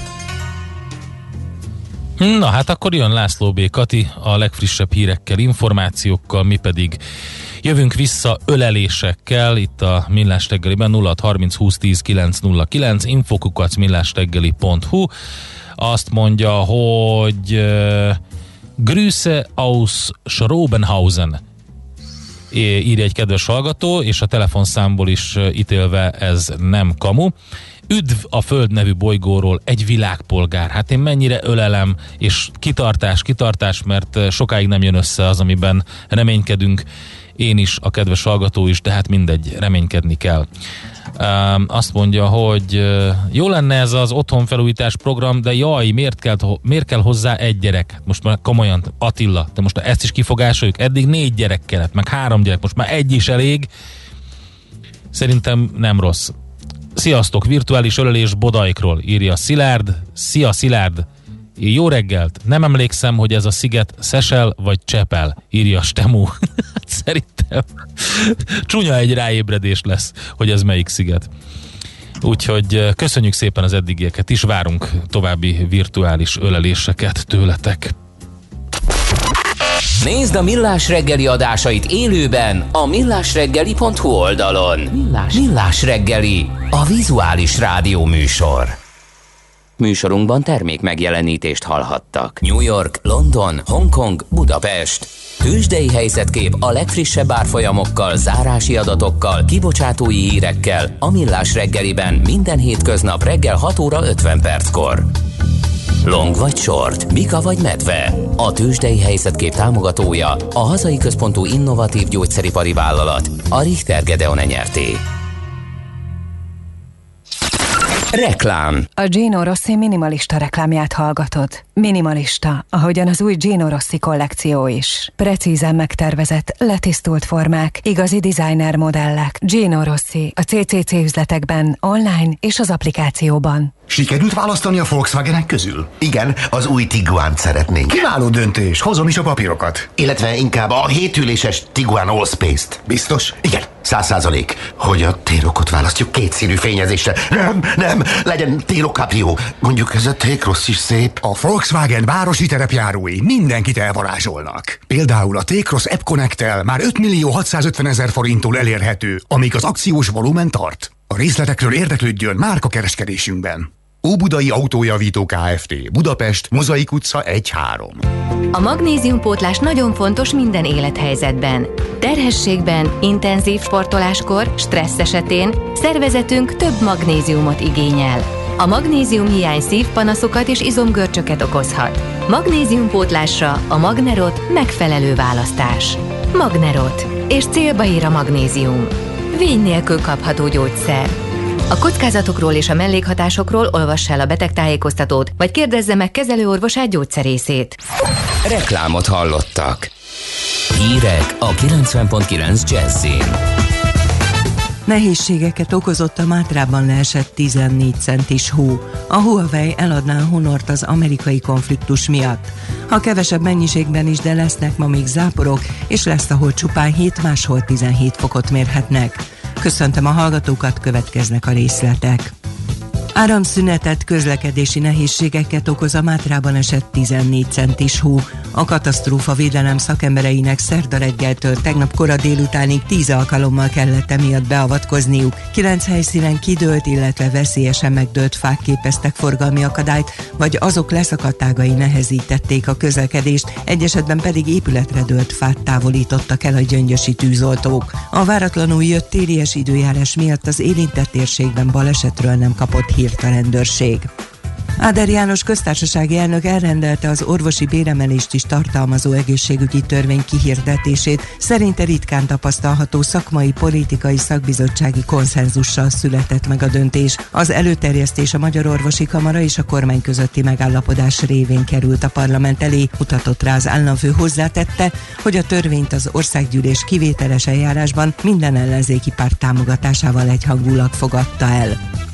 Na hát akkor jön László B. Kati a legfrissebb hírekkel, információkkal, mi pedig jövünk vissza ölelésekkel itt a Millás reggeliben 0630 20 10 909 info@millásreggeli.hu. Azt mondja, hogy Grüße aus Schrobenhausen írja egy kedves hallgató, és a telefonszámból is ítélve ez nem kamu. Üdv a Föld nevű bolygóról egy világpolgár. Hát én mennyire ölelem, és kitartás, mert sokáig nem jön össze az, amiben reménykedünk. Én is, a kedves hallgató is, de hát mindegy, reménykedni kell. Azt mondja, hogy jó lenne ez az otthonfelújítás program, de jaj, miért kell hozzá egy gyerek? Most már komolyan, Attila, de most ezt is kifogásoljuk. Eddig 4 gyerek kellett, meg 3 gyerek, most már egy is elég. Szerintem nem rossz. Sziasztok, virtuális ölelés Bodaikról, írja Szilárd. Szia Szilárd! Jó reggelt! Nem emlékszem, hogy ez a sziget Szesel vagy Csepel, írja Stemú. Szerintem csúnya egy ráébredés lesz, hogy ez melyik sziget. Úgyhogy köszönjük szépen az eddigieket is, várunk további virtuális öleléseket tőletek. Nézd a Millás reggeli adásait élőben a millásreggeli.hu oldalon. Millás reggeli, a vizuális rádió műsor. Műsorunkban termék megjelenítést hallhattak. New York, London, Hongkong, Budapest. Tőzsdei helyzetkép a legfrissebb árfolyamokkal, zárási adatokkal, kibocsátói hírekkel a Millás reggeliben minden hétköznap reggel 6 óra 50 perckor. Long vagy short, bika vagy medve. A tőzsdei helyzetkép támogatója a hazai központú innovatív gyógyszeripari vállalat, a Richter Gedeon Enyerté. Reklám. A Gino Rossi minimalista reklámját hallgatod. Minimalista, ahogyan az új Gino Rossi kollekció is. Precízen megtervezett, letisztult formák, igazi designer modellek. Gino Rossi a CCC üzletekben, online és az applikációban. Sikerült választani a Volkswagenek közül? Igen, az új Tiguant szeretnénk. Kiváló döntés, hozom is a papírokat. Illetve inkább a 7 üléses Tiguan Allspace-t. Biztos? Igen, 100%. Hogy a T-Rocot választjuk 2 színű fényezésre. Nem, legyen T-Roc Caprio. Mondjuk ez a T-Cross is szép. A Volkswagen városi terepjárói mindenkit elvarázsolnak. Például a T-Cross App Connect-tel már 5.650.000 forinttól elérhető, amíg az akciós volumen tart. A részletekről érdeklődjön márkakereskedésünkben. Óbudai Autójavító Kft. Budapest, Mozaik utca 1-3. A magnéziumpótlás nagyon fontos minden élethelyzetben. Terhességben, intenzív sportoláskor, stressz esetén szervezetünk több magnéziumot igényel. A magnéziumhiány szívpanaszokat és izomgörcsöket okozhat. Magnéziumpótlásra a Magnerot megfelelő választás. Magnerot. És célba ér a magnézium. Vény nélkül kapható gyógyszer. A kockázatokról és a mellékhatásokról olvass el a betegtájékoztatót, vagy kérdezze meg kezelőorvosát, gyógyszerészét. Reklámot hallottak. Hírek a 90.9 Jazzin. Nehézségeket okozott a Mátrában leesett 14 centis hó. A Huawei eladná a Honort az amerikai konfliktus miatt. Ha kevesebb mennyiségben is, de lesznek ma még záporok, és lesz, ahol csupán 7, máshol 17 fokot mérhetnek. Köszöntöm a hallgatókat, következnek a részletek. Áramszünetet, közlekedési nehézségeket okoz a Mátrában esett 14 centis hó. A katasztrófa védelem szakembereinek szerda reggeltől tegnap kora délutánig 10 alkalommal kellett emiatt beavatkozniuk. 9 helyszínen kidőlt, illetve veszélyesen megdőlt fák képeztek forgalmi akadályt, vagy azok leszakadt ágai nehezítették a közlekedést, egy esetben pedig épületre dőlt fát távolítottak el a gyöngyösi tűzoltók. A váratlanul jött télies időjárás miatt az érintett térségben balesetről nem kapott hírt a rendőrség. Áder János köztársasági elnök elrendelte az orvosi béremelést is tartalmazó egészségügyi törvény kihirdetését. Szerinte ritkán tapasztalható szakmai, politikai, szakbizottsági konszenzussal született meg a döntés. Az előterjesztés a Magyar Orvosi Kamara és a kormány közötti megállapodás révén került a parlament elé, mutatott rá az államfő, hozzátette, hogy a törvényt az országgyűlés kivételes eljárásban minden ellenzéki párt támogatásával egyhangulag fogadta el.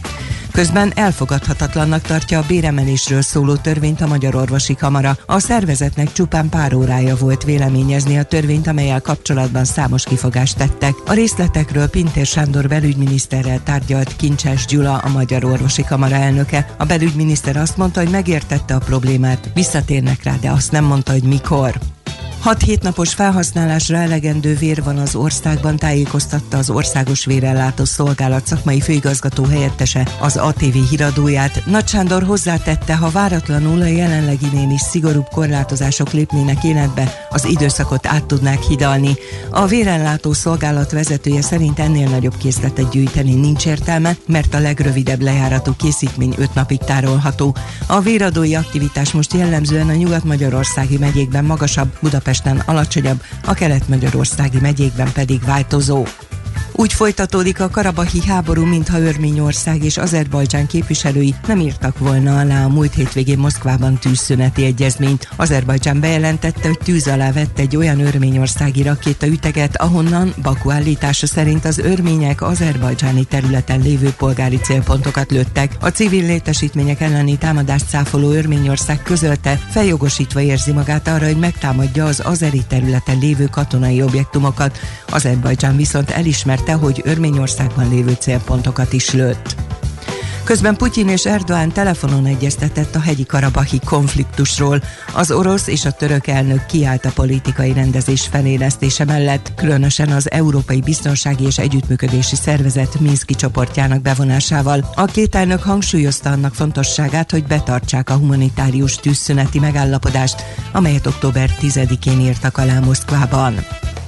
Közben elfogadhatatlannak tartja a béremelésről szóló törvényt a Magyar Orvosi Kamara. A szervezetnek csupán pár órája volt véleményezni a törvényt, amellyel kapcsolatban számos kifogást tettek. A részletekről Pintér Sándor belügyminiszterrel tárgyalt Kincses Gyula, a Magyar Orvosi Kamara elnöke. A belügyminiszter azt mondta, hogy megértette a problémát, visszatérnek rá, de azt nem mondta, hogy mikor. 6-7 napos felhasználásra elegendő vér van az országban, tájékoztatta az Országos Vérellátó Szolgálat szakmai főigazgató helyettese az ATV híradóját. Nagy Sándor hozzátette, ha váratlanul a jelenleginél is szigorúbb korlátozások lépnének életbe, az időszakot át tudnák hidalni. A Vérellátó Szolgálat vezetője szerint ennél nagyobb készletet gyűjteni nincs értelme, mert a legrövidebb lejáratú készítmény 5 napig tárolható. A véradói aktivitás most jellemzően a nyugat-magyarországi megyékben magasabb, Budapesten alacsonyabb, a kelet-magyarországi megyékben pedig változó. Úgy folytatódik a karabahi háború, mintha Örményország és Azerbajdzsán képviselői nem írtak volna alá a múlt hétvégén Moszkvában tűzszüneti egyezményt. Azerbajdzsán bejelentette, hogy tűz alá vett egy olyan örményországi rakétaüteget, ahonnan Baku állítása szerint az örmények azerbajdzsáni területen lévő polgári célpontokat lőttek. A civil létesítmények elleni támadást cáfoló Örményország közölte, feljogosítva érzi magát arra, hogy megtámadja az azeri területen lévő katonai objektumokat. Azerbajdzsán viszont elismerte, hogy Örményországban lévő célpontokat is lőtt. Közben Putyin és Erdoğan telefonon egyeztetett a hegyi karabahi konfliktusról. Az orosz és a török elnök kiállt a politikai rendezés felélesztése mellett, különösen az Európai Biztonsági és Együttműködési Szervezet Minszki csoportjának bevonásával. A két elnök hangsúlyozta annak fontosságát, hogy betartsák a humanitárius tűzszüneti megállapodást, amelyet október 10-én írtak alá Moszkvában.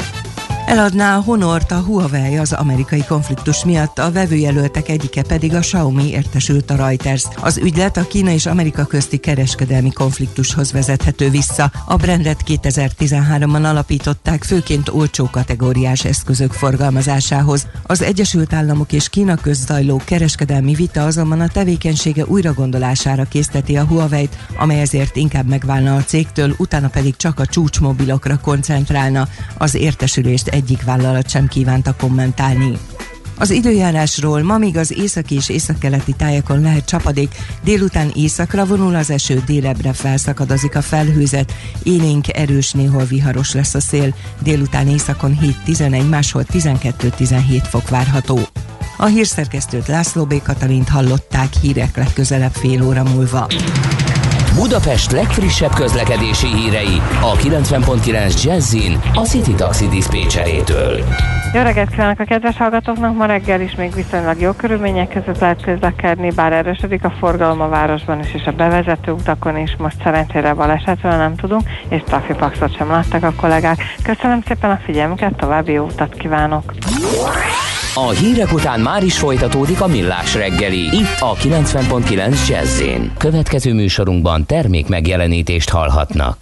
Eladná a Honort a Huawei az amerikai konfliktus miatt, a vevőjelöltek egyike pedig a Xiaomi, értesült a Reuters. Az ügylet a Kína és Amerika közti kereskedelmi konfliktushoz vezethető vissza. A brandet 2013-ban alapították, főként olcsó kategóriás eszközök forgalmazásához. Az Egyesült Államok és Kína közt zajló kereskedelmi vita azonban a tevékenysége újragondolására készteti a Huawei-t, amely ezért inkább megválna a cégtől, utána pedig csak a csúcsmobilokra koncentrálna. Az értesülést egyik vállalat sem kívánta kommentálni. Az időjárásról: ma még az északi és északkeleti tájakon lehet csapadék, délután északra vonul az eső, délebbre felszakadozik a felhőzet, élénk, erős, néhol viharos lesz a szél, délután északon 7-11, máshol 12-17 fok várható. A hírszerkesztőt, László B. Katalint hallották, hírek legközelebb fél óra múlva. Budapest legfrissebb közlekedési hírei a 90.9 Jazzin a City Taxi diszpécserétől. Jó reggelt kívánok a kedves hallgatóknak! Ma reggel is még viszonylag jó körülmények között lehet közlekedni, bár erősödik a forgalom a városban is, és a bevezető utakon is. Most szerencsére balesetről nem tudunk, és trafipaxot sem láttak a kollégák. Köszönöm szépen a figyelmüket, további jó utat kívánok! A hírek után már is folytatódik a Millás reggeli, itt a 90.9 Jazzin. Következő műsorunkban termék megjelenítést hallhatnak.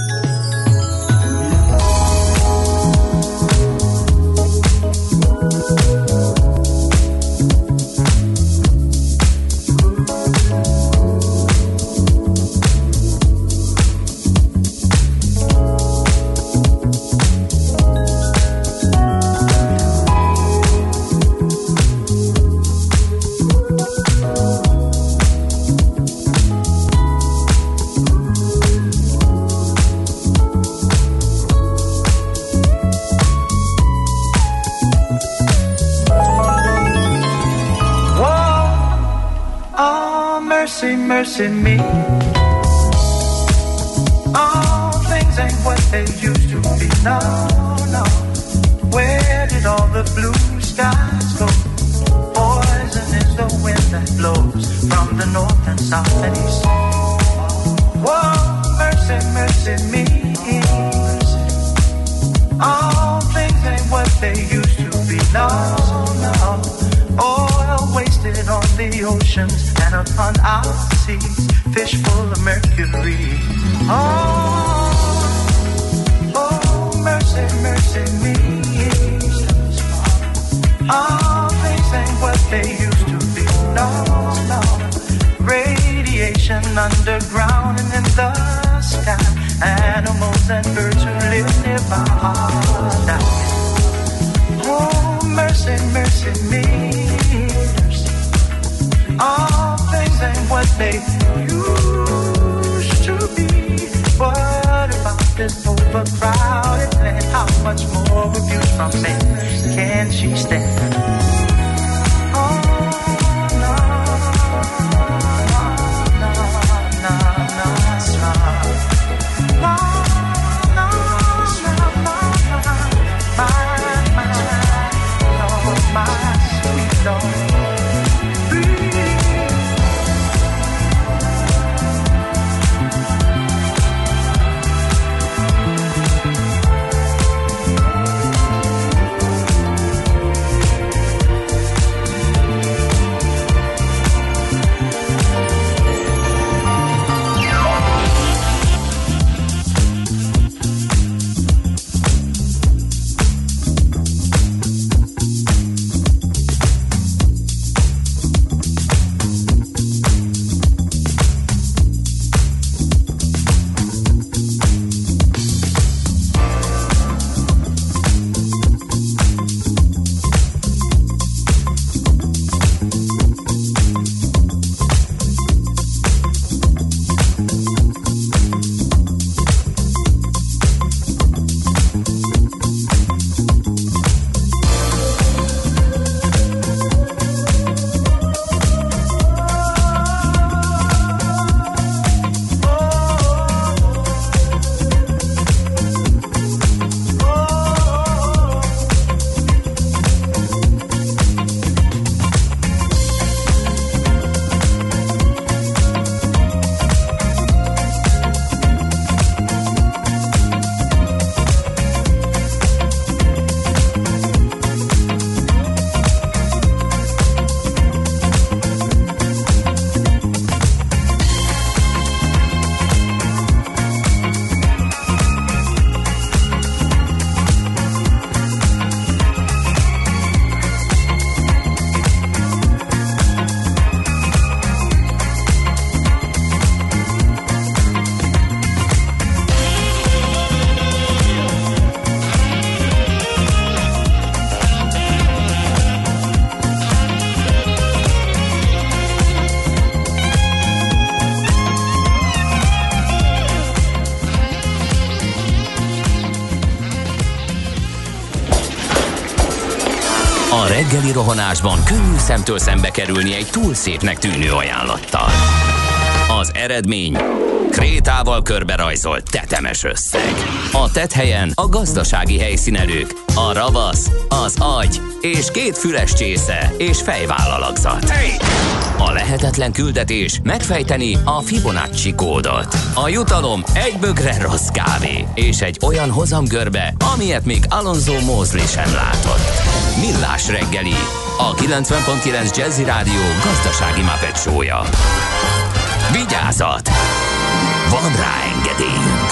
Mercy me. All things ain't what they used to be. No, no. Where did all the blue skies go? Poison is the wind that blows from the north and south and east. Whoa, mercy, mercy me. All things ain't what they used to be. No, no. Oil wasted on the oceans and upon our seas, fish full of mercury. Oh, mercy, mercy me. All things ain't what they used to be. No, no. Radiation underground and in the sky. Animals and birds who live nearby are dying. Oh, mercy, mercy me. All things ain't what they used to be. What about this overcrowded land? How much more abuse from men can she stand? Oh, no, no, no, no, no, no. No, no, no, no, no. My sweet Lord. A reggeli rohanásban könnyű szemtől szembe kerülni egy túl szépnek tűnő ajánlattal. Az eredmény krétával körberajzolt tetemes összeg. A tetthelyen a gazdasági helyszínelők, a ravasz, az agy és 2 füles csésze és fejvállalakzat. A lehetetlen küldetés megfejteni a Fibonacci kódot. A jutalom egy bögre rossz kávé és egy olyan hozamgörbe, amilyet még Alonso Mosley sem látott. Millás reggeli, a 90.9 Jazzy Rádió gazdasági Muppet show-ja. Vigyázat! Van rá engedélyünk!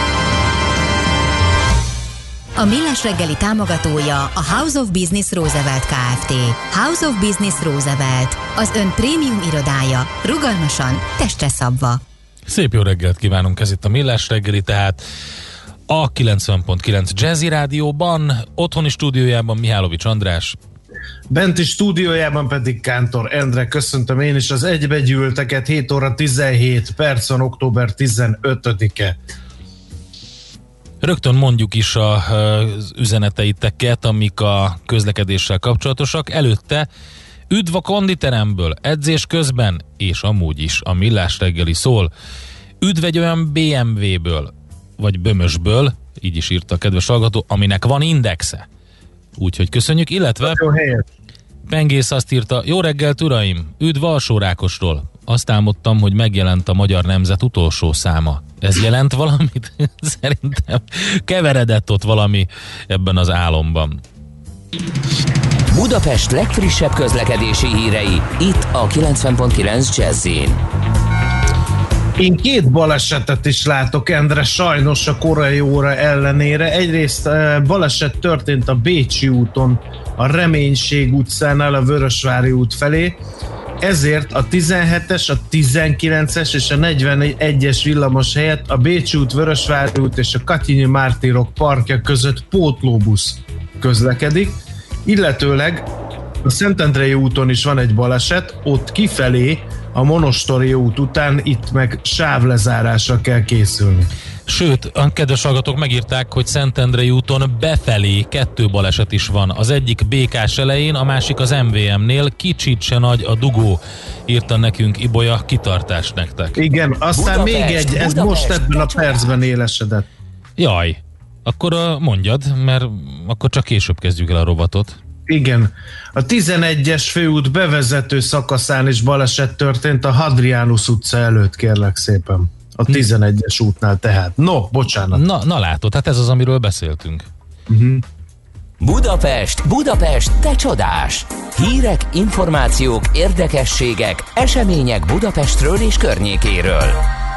A Millás reggeli támogatója a House of Business Roosevelt Kft. House of Business Roosevelt, az ön prémium irodája, rugalmasan, testre szabva. Szép jó reggelt kívánunk, ez itt a Millás reggeli, tehát a 90.9 Jazzy Rádióban, otthoni stúdiójában Mihálovics András. Benti stúdiójában pedig Kántor Endre. Köszöntöm én is az egybegyűlteket. 7 óra 17 percon, október 15-e. Rögtön mondjuk is az üzeneteiteket, amik a közlekedéssel kapcsolatosak. Előtte üdv a konditeremből, edzés közben, és amúgy is a Millás reggeli szól. Üdv egy olyan BMW-ből, vagy Bömösből, így is írta a kedves hallgató, aminek van indexe. Úgyhogy köszönjük, illetve Pengész azt írta, jó reggelt uraim, üdv Alsó-Rákosról. Azt álmodtam, hogy megjelent a Magyar Nemzet utolsó száma. Ez jelent valamit? Szerintem keveredett ott valami ebben az álomban. Budapest legfrissebb közlekedési hírei, itt a 90.9 Jazzyn. Én két balesetet is látok, Endre, sajnos a korai óra ellenére. Egyrészt baleset történt a Bécsi úton, a Reménység utcánál a Vörösvári út felé. Ezért a 17-es, a 19-es és a 41-es villamos helyett a Bécsi út, Vörösvári út és a Katyinyi Mártírok parkja között pótlóbusz közlekedik, illetőleg a Szentendrei úton is van egy baleset, ott kifelé a Monostori út után itt meg sávlezárásra kell készülni. Sőt, a kedves hallgatók megírták, hogy Szentendrei úton befelé 2 baleset is van. Az egyik BK-s elején, a másik az MVM-nél. Kicsit se nagy a dugó, írta nekünk Ibolya, kitartás nektek. Igen, aztán Budapest, még egy, ez most ebben a percben élesedett. Jaj, akkor mondjad, mert akkor csak később kezdjük el a rovatot. Igen, a 11-es főút bevezető szakaszán is baleset történt a Hadrianus utca előtt, kérlek szépen. A 11-es útnál tehát. No, bocsánat. Na látod, hát ez az, amiről beszéltünk. Budapest, te csodás! Hírek, információk, érdekességek, események Budapestről és környékéről.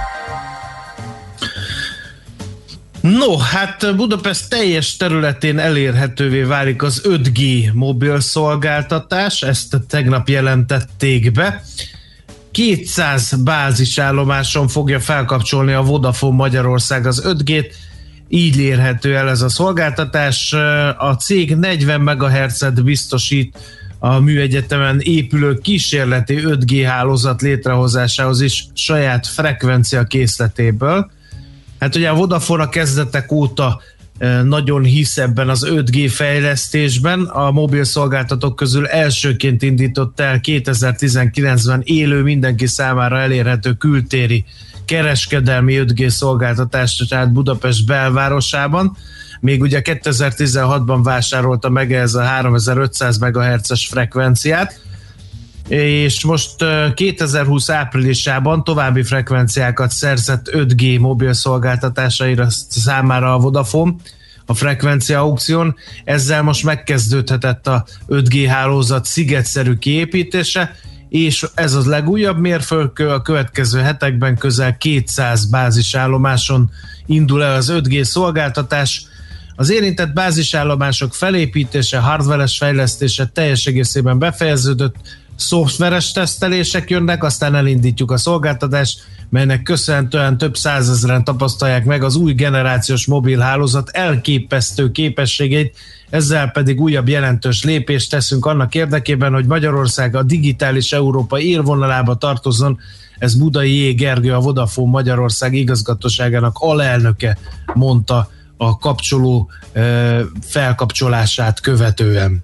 No, hát Budapest teljes területén elérhetővé válik az 5G mobil szolgáltatás, ezt tegnap jelentették be. 200 bázisállomáson fogja felkapcsolni a Vodafone Magyarország az 5G-t, így érhető el ez a szolgáltatás. A cég 40 MHz-et biztosít a Műegyetemen épülő kísérleti 5G hálózat létrehozásához is saját frekvencia készletéből. Hát ugye a Vodafone a kezdetek óta nagyon hisz ebben az 5G fejlesztésben. A mobil szolgáltatók közül elsőként indított el 2019-ben élő, mindenki számára elérhető kültéri kereskedelmi 5G szolgáltatást, tehát Budapest belvárosában. Még ugye 2016-ban vásárolta meg ez a 3500 MHz-es frekvenciát, és most 2020 áprilisában további frekvenciákat szerzett 5G mobil szolgáltatásaira számára a Vodafone, a frekvencia aukción. Ezzel most megkezdődhetett a 5G hálózat szigetszerű kiépítése, és ez az legújabb mérföldkő, a következő hetekben közel 200 bázisállomáson indul el az 5G szolgáltatás. Az érintett bázisállomások felépítése, hardveres fejlesztése teljes egészében befejeződött, szoftveres tesztelések jönnek, aztán elindítjuk a szolgáltatást, melynek köszönhetően több százezren tapasztalják meg az új generációs mobilhálózat elképesztő képességeit, ezzel pedig újabb jelentős lépést teszünk annak érdekében, hogy Magyarország a digitális Európa élvonalába tartozzon. Ez Budai J. Gergő, a Vodafone Magyarország igazgatóságának alelnöke mondta a kapcsoló felkapcsolását követően.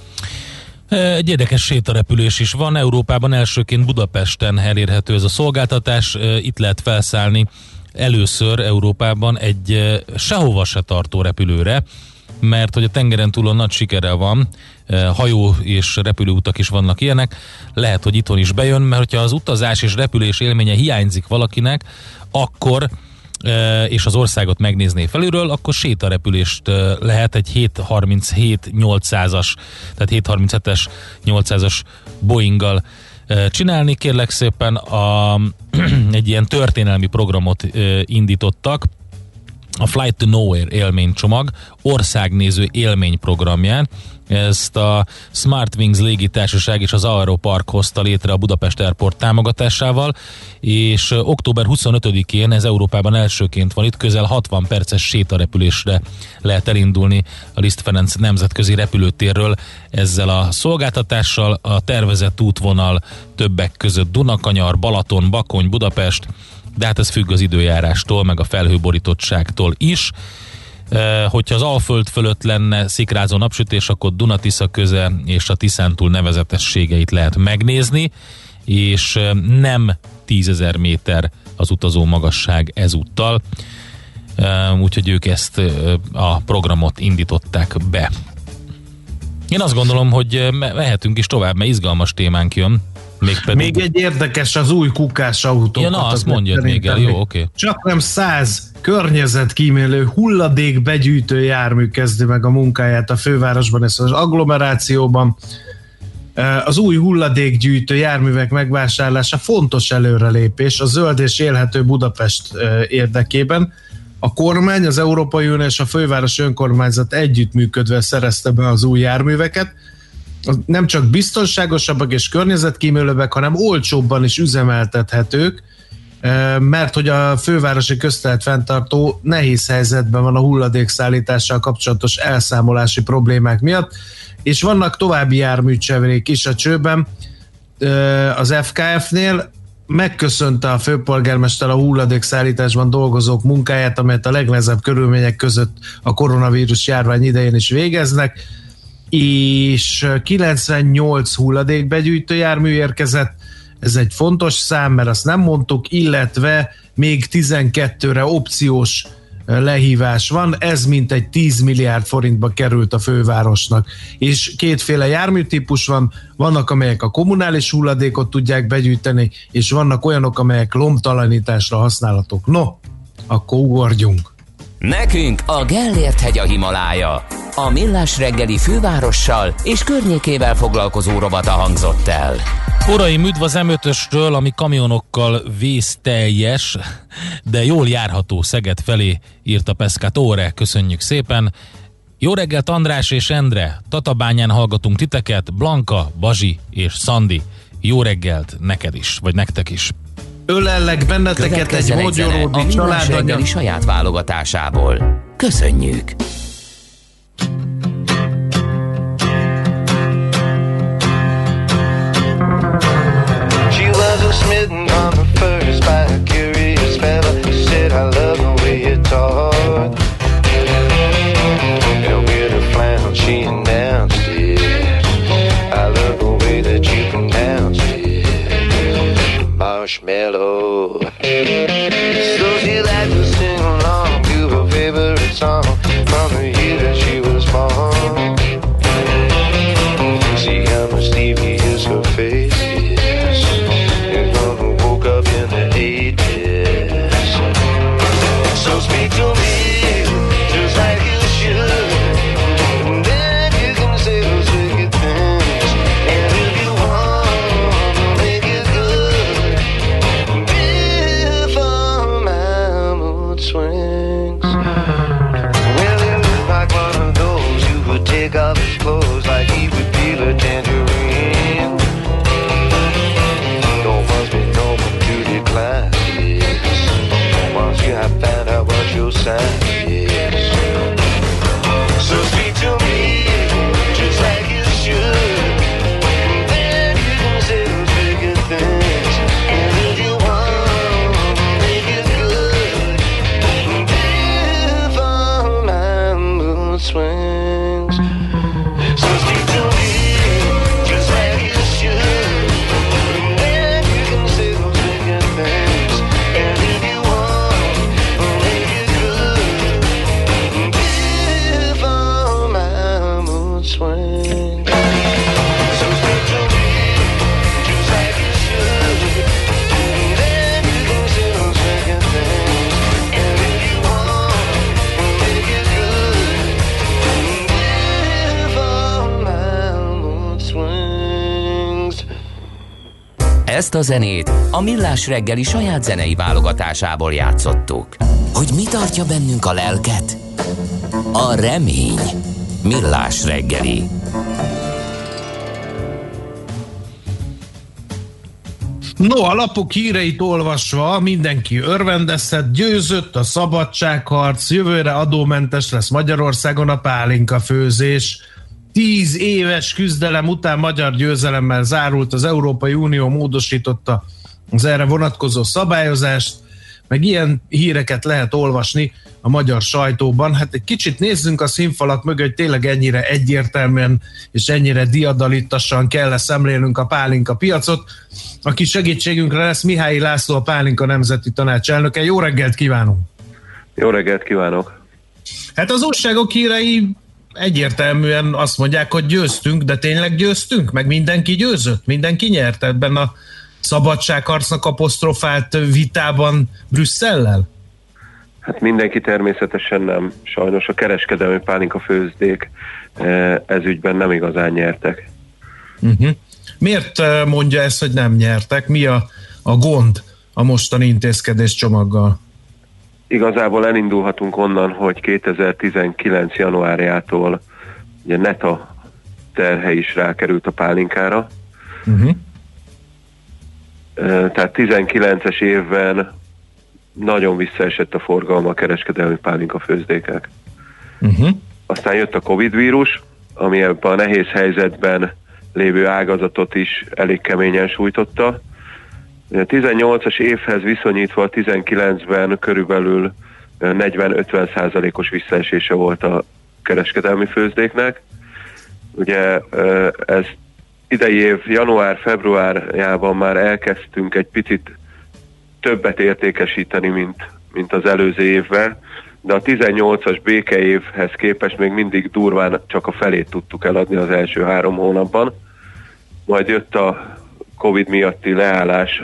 Egy érdekes sétarepülés is van. Európában elsőként Budapesten elérhető ez a szolgáltatás. Itt lehet felszállni először Európában egy sehova se tartó repülőre, mert hogy a tengeren túlon nagy sikerrel van, hajó és repülőutak is vannak ilyenek, lehet, hogy itthon is bejön, mert hogyha az utazás és repülés élménye hiányzik valakinek, akkor és az országot megnézné felülről, akkor sétarepülést lehet egy 737-800-as, tehát 737-es 800-as Boeinggal csinálni. Kérlek szépen egy ilyen történelmi programot indítottak, a Flight to Nowhere élménycsomag országnéző élményprogramján. Ezt a Smartwings légitársaság és az Aeropark hozta létre a Budapest Airport támogatásával, és október 25-én ez Európában elsőként van itt, közel 60 perces sétarepülésre lehet elindulni a Liszt Ferenc nemzetközi repülőtérről ezzel a szolgáltatással. A tervezett útvonal többek között Dunakanyar, Balaton, Bakony, Budapest, de hát ez függ az időjárástól, meg a felhőborítottságtól is. Hogyha az Alföld fölött lenne szikrázó napsütés, akkor Duna-Tisza köze és a Tiszántúl nevezetességeit lehet megnézni, és nem 10 000 méter az utazó magasság ezúttal, úgyhogy ők ezt a programot indították be. Én azt gondolom, hogy mehetünk is tovább, mert izgalmas témánk jön. Még egy érdekes, az új kukás autókat. Ja, na, azt mondjad még el, jó, oké. Csak nem 100 környezetkímélő hulladékbegyűjtő jármű kezdi meg a munkáját a fővárosban és az agglomerációban. Az új hulladékgyűjtő járművek megvásárlása fontos előrelépés a zöld és élhető Budapest érdekében. A kormány, az Európai Unió és a fővárosi önkormányzat együttműködve szerezte be az új járműveket. Nem csak biztonságosabbak és környezetkímélőbbek, hanem olcsóbban is üzemeltethetők, mert hogy a fővárosi közterület fenntartó nehéz helyzetben van a hulladékszállítással kapcsolatos elszámolási problémák miatt, és vannak további járműcserék is a csőben. Az FKF-nél megköszönte a főpolgármester a hulladékszállításban dolgozók munkáját, amelyet a legnehezebb körülmények között a koronavírus járvány idején is végeznek, és 98 hulladékbegyűjtő jármű érkezett. Ez egy fontos szám, mert azt nem mondtuk, illetve még 12-re opciós lehívás van, ez mintegy 10 milliárd forintba került a fővárosnak. És kétféle járműtípus van, vannak amelyek a kommunális hulladékot tudják begyűjteni, és vannak olyanok, amelyek lombtalanításra használhatók. No, akkor ugorjunk. Nekünk a Gellért-hegy a Himalája. A Millás reggeli fővárossal és környékével foglalkozó rovata hangzott el. Uraim, üdv az M5-ösről, ami kamionokkal vészteljes, de jól járható Szeged felé, írta Pescatore. Köszönjük szépen. Jó reggelt, András és Endre. Tatabányán hallgatunk titeket, Blanka, Bazsi és Szandi. Jó reggelt neked is, vagy nektek is. Ölellek benneteket egy mogyoródi családanyag saját válogatásából. Köszönjük! Smitten on the first by a curious fella. She said, I love the way you talk. And with a flannel she announced it. I love the way that you pronounce it. Marshmallow. So she liked to sing along to her favorite song from the year that she was born. See how mischievous her face is. So speak to me just like you should, and then you can say those wicked things. And if you want to make it good, before my mood swings. Well, you look like one of those who would take off his clothes like he would peel a tangerine. Don't must be no beauty class. Once you have found out what your sign is. So speak to me just like you should, and then you can say those bigger things. And if you want to make it good, before my mood swings. So speak to me just like you should, and then you can say those bigger things. And if you swing. So speak to me just like you should, and then you can say those wicked things. And if you want to make it good, before my mood swings. Ezt a zenét a Millás reggeli saját zenei válogatásából játszottuk. Hogy mi tartja bennünk a lelket? A remény. Millás reggeli. No, a lapok híreit olvasva mindenki örvendezhet, győzött a szabadságharc, jövőre adómentes lesz Magyarországon a pálinkafőzés. 10 éves küzdelem után magyar győzelemmel zárult, az Európai Unió módosította az erre vonatkozó szabályozást, meg ilyen híreket lehet olvasni a magyar sajtóban. Hát egy kicsit nézzünk a színfalak mögött, hogy tényleg ennyire egyértelműen és ennyire diadalittasan kell szemlélnünk a pálinka piacot. Aki segítségünkre lesz, Mihály László, a Pálinka Nemzeti Tanács elnöke. Jó reggelt kívánunk! Jó reggelt kívánok! Hát az újságok hírei egyértelműen azt mondják, hogy győztünk, de tényleg győztünk? Meg mindenki győzött? Mindenki nyert ebben a szabadságharcnak apostrofált vitában Brüsszellel? Hát mindenki természetesen nem. Sajnos a kereskedelmi pálinkafőzdék ez ügyben nem igazán nyertek. Miért mondja ezt, hogy nem nyertek? Mi a gond a mostani intézkedés csomaggal? Igazából elindulhatunk onnan, hogy 2019. januárjától ugye NETA terhe is rákerült a pálinkára. Tehát 19-es évben nagyon visszaesett a forgalma a kereskedelmi pálinkafőzdékek. Aztán jött a Covid vírus, ami ebben a nehéz helyzetben lévő ágazatot is elég keményen sújtotta. A 18-as évhez viszonyítva a 19-ben körülbelül 40-50%-os visszaesése volt a kereskedelmi főzdéknek. Ugye ez idei év január-februárjában már elkezdtünk egy picit többet értékesíteni, mint az előző évben, de a 18-as békeévhez képest még mindig durván csak a felét tudtuk eladni az első 3 hónapban. Majd jött a Covid miatti leállás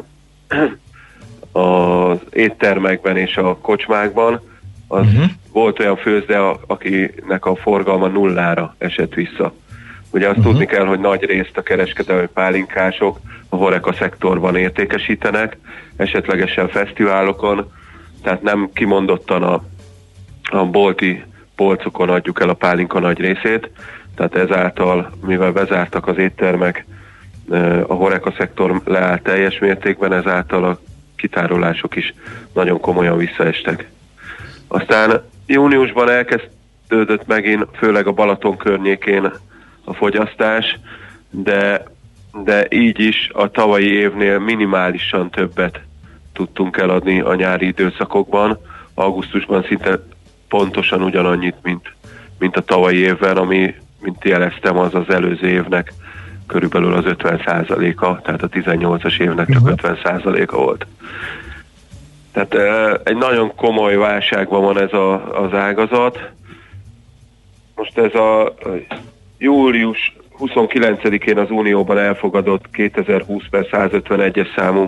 az éttermekben és a kocsmákban. Volt olyan főzde, akinek a forgalma nullára esett vissza. Ugye azt tudni kell, hogy nagy részt a kereskedelmi pálinkások a HoReCa szektorban értékesítenek, esetlegesen fesztiválokon, tehát nem kimondottan a bolti polcokon adjuk el a pálinka nagy részét, tehát ezáltal, mivel bezártak az éttermek, a HoReCa szektor leállt teljes mértékben, ezáltal a kitárolások is nagyon komolyan visszaestek. Aztán júniusban elkezdődött megint, főleg a Balaton környékén a fogyasztás, de így is a tavalyi évnél minimálisan többet tudtunk eladni a nyári időszakokban. Augusztusban szinte pontosan ugyanannyit, mint a tavalyi évben, ami, mint jeleztem, az előző évnek körülbelül az 50%-a, tehát a 18-as évnek csak 50%-a volt. Tehát egy nagyon komoly válságban van ez az ágazat. Most ez a július 29-én az Unióban elfogadott 2020/151-es számú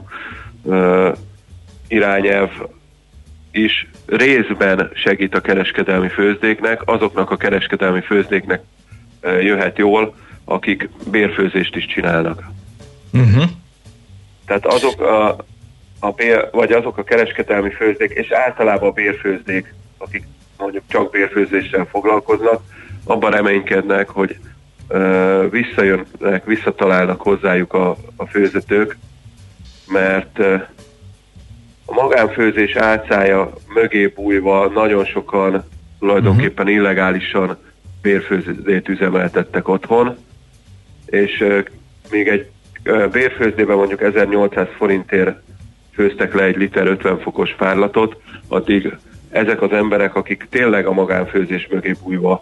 irányelv is részben segít a kereskedelmi főzdéknek, azoknak a kereskedelmi főzdéknek jöhet jól, akik bérfőzést is csinálnak. Tehát azok azok a kereskedelmi főzdék, és általában a bérfőzdék, akik mondjuk csak bérfőzéssel foglalkoznak, abban reménykednek, hogy visszatalálnak hozzájuk a főzetők, mert a magánfőzés álcája mögé bújva nagyon sokan tulajdonképpen illegálisan bérfőzdét üzemeltettek otthon, és még egy bérfőzdében mondjuk 1800 forintért főztek le egy liter 50 fokos párlatot, addig ezek az emberek, akik tényleg a magánfőzés mögé bújva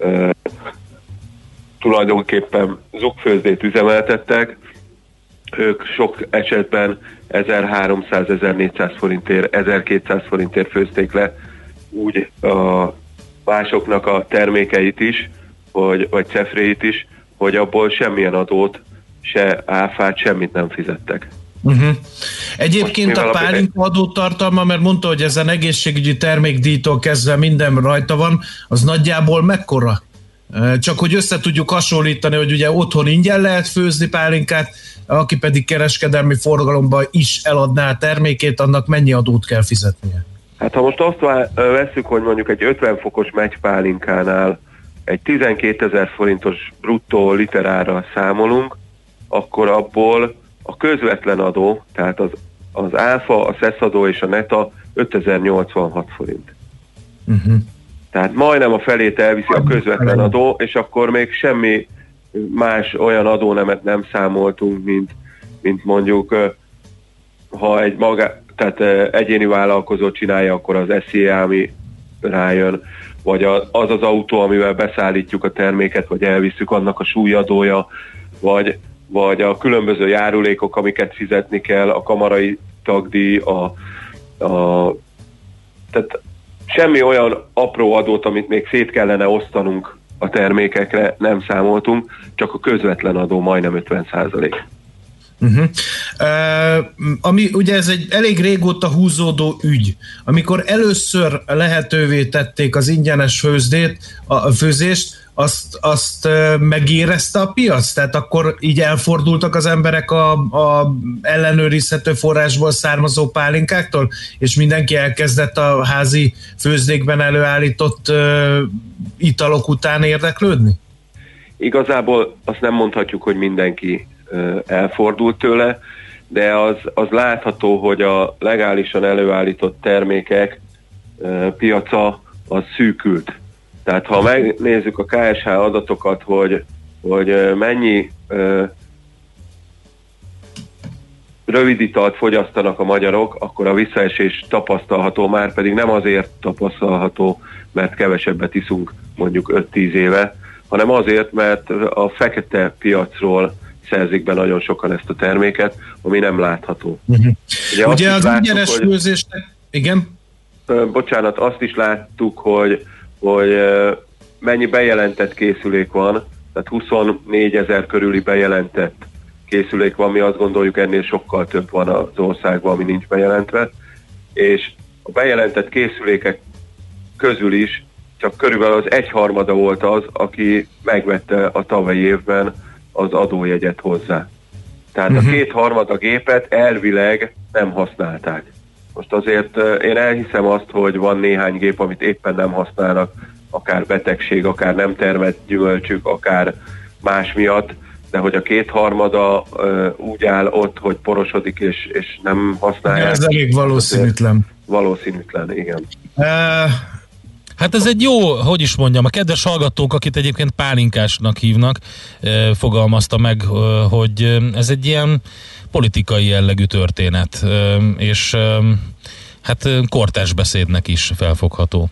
tulajdonképpen zugfőzdét üzemeltettek, ők sok esetben 1300-1400 forintért, 1200 forintért főzték le úgy a másoknak a termékeit is, vagy cefréit is, hogy abból semmilyen adót, se áfát, semmit nem fizettek. Egyébként a pálinka adótartalma, mert mondta, hogy ezen egészségügyi termékdíjtól kezdve minden rajta van, az nagyjából mekkora? Csak hogy össze tudjuk hasonlítani, hogy ugye otthon ingyen lehet főzni pálinkát, aki pedig kereskedelmi forgalomban is eladná a termékét, annak mennyi adót kell fizetnie? Hát ha most azt vesszük, hogy mondjuk egy 50 fokos megypálinkánál egy 12 000 forintos bruttó literára számolunk, akkor abból a közvetlen adó, tehát az áfa, a szeszadó és a neta 5086 forint. Tehát majdnem a felét elviszi a közvetlen adó, és akkor még semmi más olyan adónemet nem számoltunk, mint mondjuk, ha egy tehát egyéni vállalkozó csinálja, akkor az SZIA, ami rájön, vagy az autó, amivel beszállítjuk a terméket, vagy elviszük, annak a súlyadója, vagy a különböző járulékok, amiket fizetni kell, a kamarai tagdíj, tehát semmi olyan apró adót, amit még szét kellene osztanunk a termékekre, nem számoltunk, csak a közvetlen adó majdnem 50%. Ami ugye ez egy elég régóta húzódó ügy. Amikor először lehetővé tették az ingyenes főzést, azt megérezte a piac? Tehát akkor így elfordultak az emberek a ellenőrizhető forrásból származó pálinkáktól, és mindenki elkezdett a házi főzdékben előállított italok után érdeklődni? Igazából azt nem mondhatjuk, hogy mindenki elfordult tőle, de az látható, hogy a legálisan előállított termékek piaca az szűkült. Tehát ha megnézzük a KSH adatokat, hogy mennyi rövid italt fogyasztanak a magyarok, akkor a visszaesés tapasztalható, már pedig nem azért tapasztalható, mert kevesebbet iszunk mondjuk 5-10 éve, hanem azért, mert a fekete piacról szerzik be nagyon sokan ezt a terméket, ami nem látható. Ugye az ingyenes főzésnek... Igen? Bocsánat, azt is láttuk, hogy mennyi bejelentett készülék van, tehát 24 000 körüli bejelentett készülék van, mi azt gondoljuk, ennél sokkal több van az országban, ami nincs bejelentve, és a bejelentett készülékek közül is csak körülbelül az 1/3 volt az, aki megvette a tavalyi évben az adójegyet hozzá. Tehát a 2/3 gépet elvileg nem használták. Most azért én elhiszem azt, hogy van néhány gép, amit éppen nem használnak, akár betegség, akár nem termett gyümölcsük, akár más miatt, de hogy a 2/3 úgy áll ott, hogy porosodik és nem használják. Ez elég valószínűtlen. Valószínűtlen, igen. Hát ez egy jó, hogy is mondjam, a kedves hallgatók, akit egyébként pálinkásnak hívnak, fogalmazta meg, hogy ez egy ilyen politikai jellegű történet, és hát kortárs beszédnek is felfogható.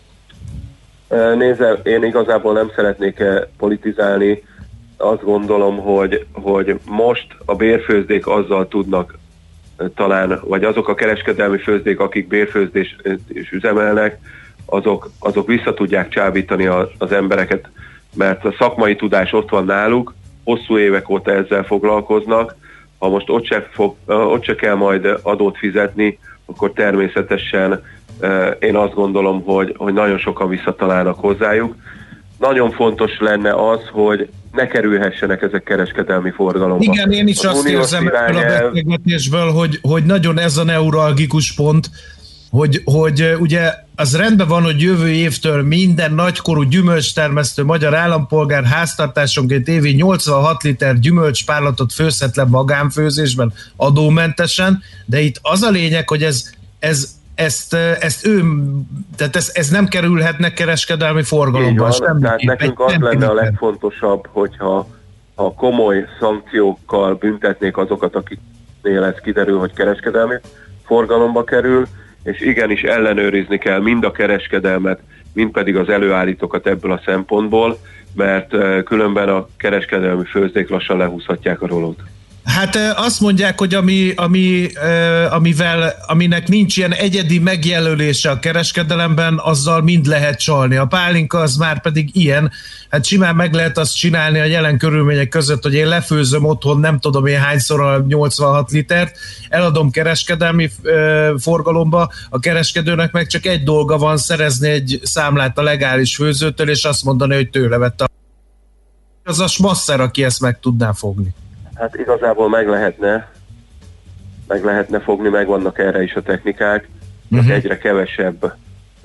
Nézze, én igazából nem szeretnék politizálni. Azt gondolom, hogy most a bérfőzdék azzal tudnak talán, vagy azok a kereskedelmi főzdék, akik bérfőzdést üzemelnek, azok vissza tudják csábítani az embereket, mert a szakmai tudás ott van náluk, hosszú évek óta ezzel foglalkoznak. Ha most ott se kell majd adót fizetni, akkor természetesen én azt gondolom, hogy nagyon sokan visszatalálnak hozzájuk. Nagyon fontos lenne az, hogy ne kerülhessenek ezek kereskedelmi forgalomba. Igen, én is azt érzem ebből a beszélgetésből, hogy nagyon ez a neuralgikus pont, hogy ugye az rendben van, hogy jövő évtől minden nagykorú gyümölcstermesztő magyar állampolgár háztartásonként évi 86 liter gyümölcspárlatot főzhet le magánfőzésben adómentesen, de itt az a lényeg, hogy ez nem kerülhetne kereskedelmi forgalomba. Tehát nekünk az lenne a legfontosabb, hogyha komoly szankciókkal büntetnék azokat, akiknél ez kiderül, hogy kereskedelmi forgalomba kerül, és igenis ellenőrizni kell mind a kereskedelmet, mind pedig az előállítókat ebből a szempontból, mert különben a kereskedelmi főzdék lassan lehúzhatják a rolót. Hát azt mondják, hogy aminek nincs ilyen egyedi megjelölése a kereskedelemben, azzal mind lehet csalni. A pálinka az már pedig ilyen, hát simán meg lehet azt csinálni a jelen körülmények között, hogy én lefőzöm otthon nem tudom én hányszor a 86 litert, eladom kereskedelmi forgalomba, a kereskedőnek meg csak egy dolga van, szerezni egy számlát a legális főzőtől, és azt mondani, hogy tőle vette. Az a smasszer, aki ezt meg tudná fogni. Hát igazából meg lehetne fogni, megvannak erre is a technikák, egyre kevesebb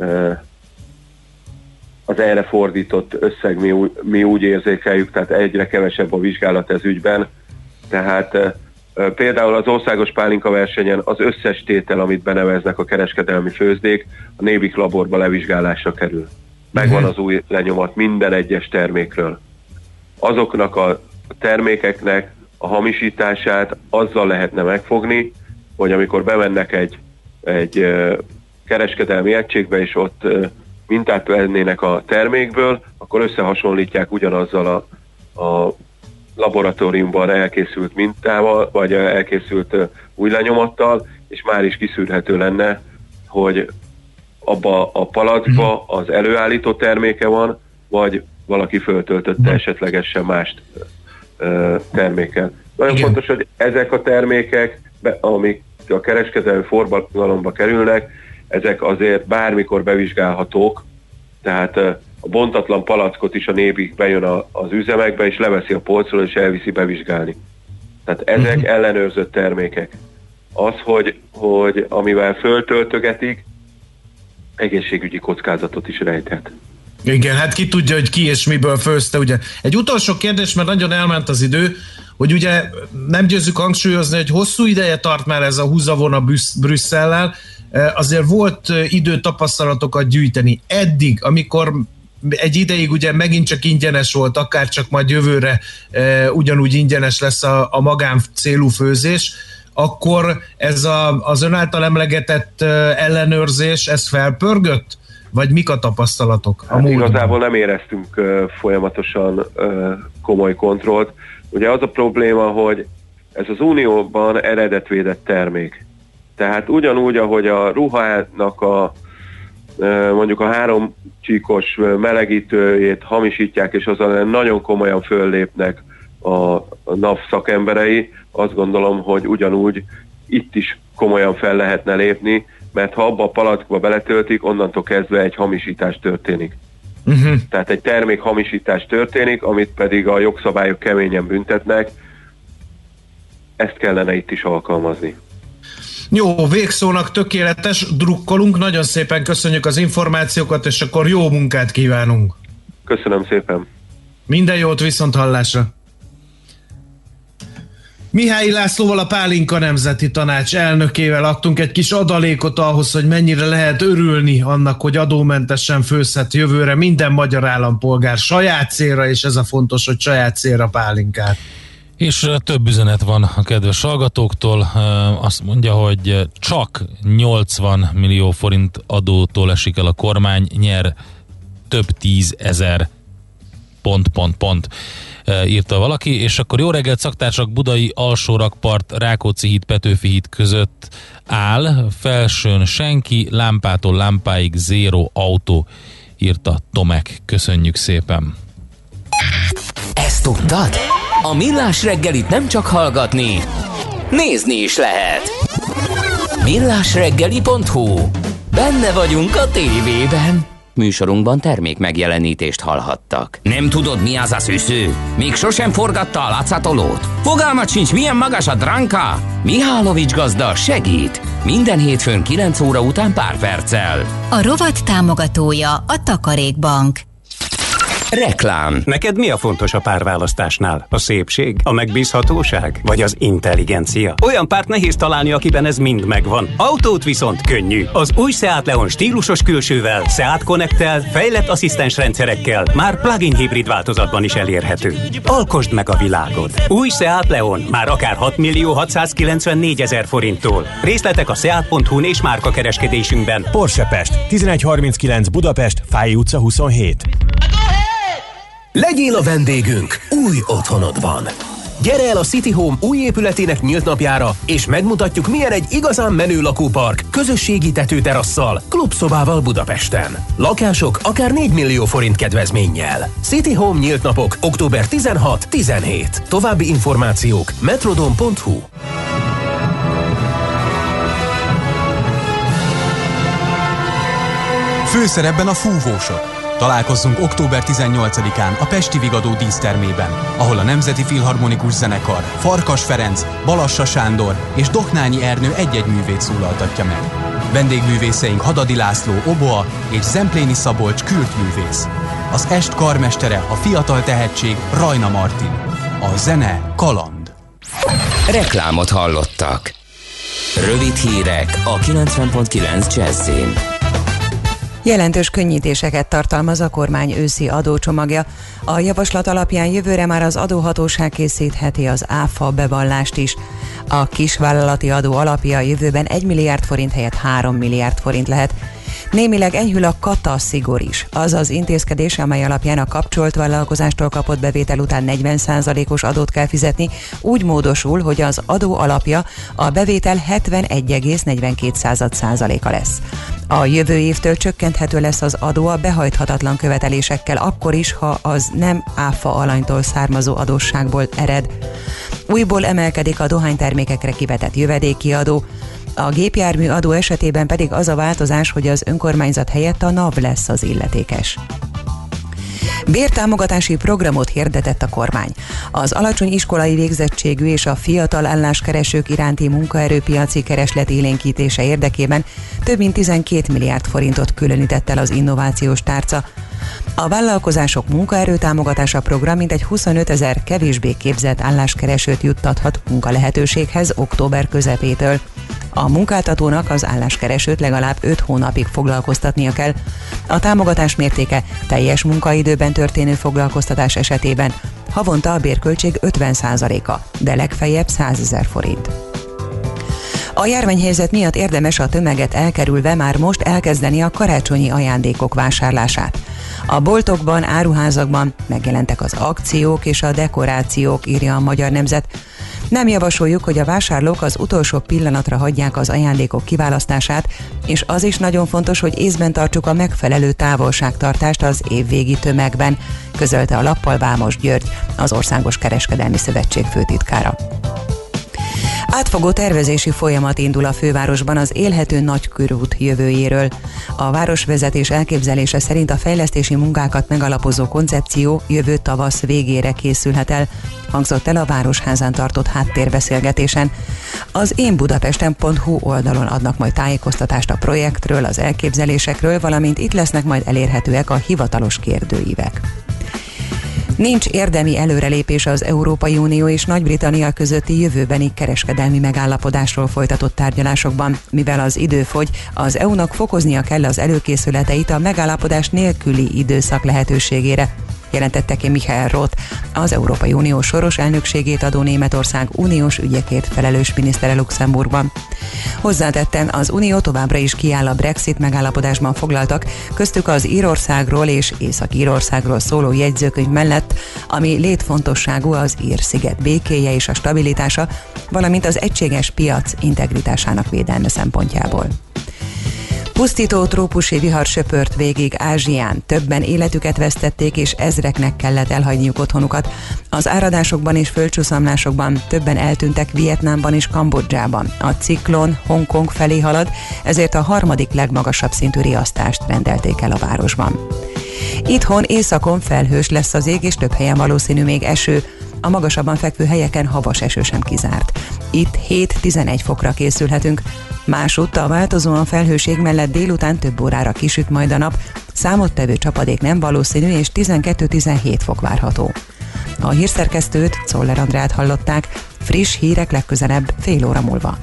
az erre fordított összeg, mi úgy érzékeljük, tehát egyre kevesebb a vizsgálat ez ügyben. Tehát például az országos pálinka versenyen az összes tétel, amit beneveznek a kereskedelmi főzdék, a Nébik laborba levizsgálásra kerül. Megvan az új lenyomat minden egyes termékről. Azoknak a termékeknek a hamisítását azzal lehetne megfogni, hogy amikor bemennek egy kereskedelmi egységbe, és ott mintát vennének a termékből, akkor összehasonlítják ugyanazzal a laboratóriumban elkészült mintával, vagy elkészült új lenyomattal, és már is kiszűrhető lenne, hogy abba a palackba az előállító terméke van, vagy valaki föltöltötte esetlegesen más termékkel. Nagyon fontos, hogy ezek a termékek, amik a kereskedelmi forgalomba kerülnek, ezek azért bármikor bevizsgálhatók, tehát a bontatlan palackot is a Nébik bejön az üzemekbe, és leveszi a polcról, és elviszi bevizsgálni. Tehát ezek ellenőrzött termékek. Az, hogy amivel föltöltögetik, egészségügyi kockázatot is rejthet. Igen, hát ki tudja, hogy ki és miből főzte, ugye. Egy utolsó kérdés, mert nagyon elment az idő, hogy ugye nem győzzük hangsúlyozni, hogy hosszú ideje tart már ez a húzavona Brüsszellel, azért volt idő tapasztalatokat gyűjteni. Eddig, amikor egy ideig ugye megint csak ingyenes volt, akár csak majd jövőre ugyanúgy ingyenes lesz a magán célú főzés, akkor ez az ön által emlegetett ellenőrzés, ez felpörgött? Vagy mik a tapasztalatok? Hát igazából nem éreztünk folyamatosan komoly kontrollt. Ugye az a probléma, hogy ez az Unióban eredetvédett termék. Tehát ugyanúgy, ahogy a ruhának mondjuk a 3 csíkos melegítőjét hamisítják, és azon nagyon komolyan föllépnek a NAV szakemberei, azt gondolom, hogy ugyanúgy itt is komolyan fel lehetne lépni, mert ha abba a palackba beletöltik, onnantól kezdve egy hamisítás történik. Tehát egy termék hamisítás történik, amit pedig a jogszabályok keményen büntetnek. Ezt kellene itt is alkalmazni. Jó, végszónak tökéletes, drukkolunk, nagyon szépen köszönjük az információkat, és akkor jó munkát kívánunk. Köszönöm szépen. Minden jót, viszont hallásra. Mihályi Lászlóval, a Pálinka Nemzeti Tanács elnökével adtunk egy kis adalékot ahhoz, hogy mennyire lehet örülni annak, hogy adómentesen főzhet jövőre minden magyar állampolgár saját célra, és ez a fontos, hogy saját célra pálinkát. És több üzenet van a kedves hallgatóktól. Azt mondja, hogy csak 80 millió forint adótól esik el a kormány, nyer több 10 000 ... írta valaki, és akkor jó reggelt, szaktársak, Budai Alsórakpart, Rákóczi híd, Petőfi híd között áll, felsőn senki, lámpától lámpáig zéro autó, írta Tomek. Köszönjük szépen. Ezt tudtad? A Millás reggelit nem csak hallgatni, nézni is lehet. millásreggeli.hu. Benne vagyunk a tévében. Műsorunkban termék megjelenítést hallhattak. Nem tudod, mi az a szűző? Még sosem forgatta a látszatolót? Fogalmat sincs, milyen magas a dránka? Mihálovics gazda segít. Minden hétfőn 9 óra után pár perccel. A rovat támogatója a Takarékbank. Reklám. Neked mi a fontos a párválasztásnál? A szépség? A megbízhatóság? Vagy az intelligencia? Olyan párt nehéz találni, akiben ez mind megvan. Autót viszont könnyű. Az új Seat Leon stílusos külsővel, Seat Connect-tel, fejlett asszisztens rendszerekkel, már plug-in hibrid változatban is elérhető. Alkosd meg a világod. Új Seat Leon, már akár 6 millió 694 000 forinttól. Részletek a seat.hu-n és márkakereskedésünkben. Porsche Pest, 1139 Budapest, Fáy utca 27. Legyél a vendégünk új otthonodban. Gyere el a City Home új épületének nyílt napjára, és megmutatjuk, milyen egy igazán menő lakópark, közösségi tetőterasszal, klubszobával Budapesten. Lakások akár 4 millió forint kedvezménnyel. City Home nyílt napok október 16-17. További információk metrodon.hu. Főszerepben a fúvósok. Találkozzunk október 18-án a Pesti Vigadó dísztermében, ahol a Nemzeti Filharmonikus Zenekar, Farkas Ferenc, Balassa Sándor és Doknányi Ernő egy-egy művét szólaltatja meg. Vendégművészeink Hadadi László, oboa és Zempléni Szabolcs kültművész. Az est karmestere, a fiatal tehetség Rajna Martin. A zene kaland. Reklámot hallottak. Rövid hírek a 90.9 Jazzin. Jelentős könnyítéseket tartalmaz a kormány őszi adócsomagja. A javaslat alapján jövőre már az adóhatóság készítheti az áfa bevallást is. A kisvállalati adó alapja a jövőben 1 milliárd forint helyett 3 milliárd forint lehet. Némileg enyhül a kata szigor is. Az az intézkedés, amely alapján a kapcsolt vállalkozástól kapott bevétel után 40%-os adót kell fizetni, úgy módosul, hogy az adó alapja a bevétel 71,42%-a lesz. A jövő évtől csökkenthető lesz az adó a behajthatatlan követelésekkel, akkor is, ha az nem áfa alanytól származó adósságból ered. Újból emelkedik a dohánytermékekre kivetett jövedéki adó. A gépjármű adó esetében pedig az a változás, hogy az önkormányzat helyett a NAV lesz az illetékes. Bértámogatási programot hirdetett a kormány. Az alacsony iskolai végzettségű és a fiatal álláskeresők iránti munkaerőpiaci kereslet élénkítése érdekében több mint 12 milliárd forintot különített el az innovációs tárca. A vállalkozások munkaerőtámogatása program mintegy 25 000 kevésbé képzett álláskeresőt juttathat munkalehetőséghez október közepétől. A munkáltatónak az álláskeresőt legalább 5 hónapig foglalkoztatnia kell. A támogatás mértéke teljes munkaidőben történő foglalkoztatás esetében havonta a bérköltség 50%-a, de legfeljebb 100 000 forint. A járványhelyzet miatt érdemes a tömeget elkerülve már most elkezdeni a karácsonyi ajándékok vásárlását. A boltokban, áruházakban megjelentek az akciók és a dekorációk, írja a Magyar Nemzet. Nem javasoljuk, hogy a vásárlók az utolsó pillanatra hagyják az ajándékok kiválasztását, és az is nagyon fontos, hogy észben tartsuk a megfelelő távolságtartást az évvégi tömegben, közölte a Lappal Vámos György, az Országos Kereskedelmi Szövetség főtitkára. Átfogó tervezési folyamat indul a fővárosban az élhető nagykörút jövőjéről. A városvezetés elképzelése szerint a fejlesztési munkákat megalapozó koncepció jövő tavasz végére készülhet el, hangzott el a Városházán tartott háttérbeszélgetésen. Az énbudapesten.hu oldalon adnak majd tájékoztatást a projektről, az elképzelésekről, valamint itt lesznek majd elérhetőek a hivatalos kérdőívek. Nincs érdemi előrelépés az Európai Unió és Nagy-Britannia közötti jövőbeni kereskedelmi megállapodásról folytatott tárgyalásokban. Mivel az idő fogy, az EU-nak fokoznia kell az előkészületeit a megállapodás nélküli időszak lehetőségére, jelentette ki Michael Roth, az Európai Unió soros elnökségét adó Németország uniós ügyekért felelős minisztere Luxemburgban. Hozzátetten, az Unió továbbra is kiáll a Brexit megállapodásban foglaltak, köztük az Írországról és Észak-Írországról szóló jegyzőkönyv mellett, ami létfontosságú az Ír-sziget békéje és a stabilitása, valamint az egységes piac integritásának védelme szempontjából. Pusztító trópusi vihar söpört végig Ázsián, többen életüket vesztették és ezreknek kellett elhagyniuk otthonukat. Az áradásokban és földcsúszamlásokban többen eltűntek Vietnámban és Kambodzsában. A ciklon Hongkong felé halad, ezért a harmadik legmagasabb szintű riasztást rendelték el a városban. Itthon északon felhős lesz az ég, és több helyen valószínű még eső. A magasabban fekvő helyeken havas eső sem kizárt. Itt 7-11 fokra készülhetünk. Másutt a változóan felhőség mellett délután több órára kisüt majd a nap, számottevő csapadék nem valószínű, és 12-17 fok várható. A hírszerkesztőt, Czoller Andrát hallották, friss hírek legközelebb fél óra múlva.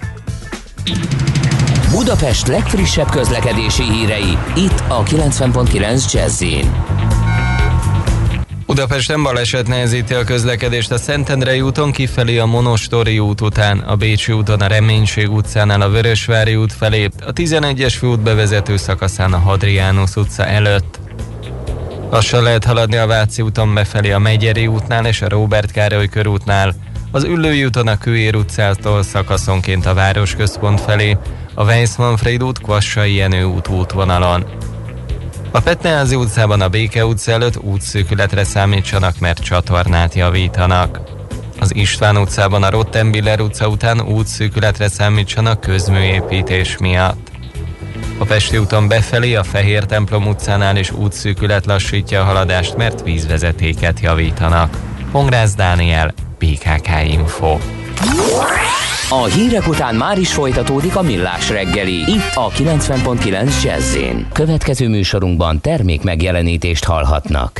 Budapest legfrissebb közlekedési hírei, itt a 90.9 Jazz-in. Budapesten baleset nehezíti a közlekedést a Szentendrei úton kifelé a Monostori út után, a Bécsi úton a Reménység utcánál a Vörösvári út felé, a 11-es főút bevezető szakaszán a Hadrianus utca előtt. Lassan lehet haladni a Váci úton befelé a Megyeri útnál és a Róbert Károly körútnál, az Üllői úton a Kőér utcától szakaszonként a Városközpont felé, a Weiss-Manfréd út Kvassai Jenő út útvonalon. A Petneházy utcában a Béke utca előtt útszűkületre számítsanak, mert csatornát javítanak. Az István utcában a Rottenbiller utca után útszűkületre számítsanak közműépítés miatt. A Pesti úton befelé a Fehér Templom utcánál is útszűkület lassítja a haladást, mert vízvezetéket javítanak. Pongrász Dániel, BKK Info. A hírek után már is folytatódik a Millás reggeli, itt a 90.9 Jazz-in. Következő műsorunkban termék megjelenítést hallhatnak.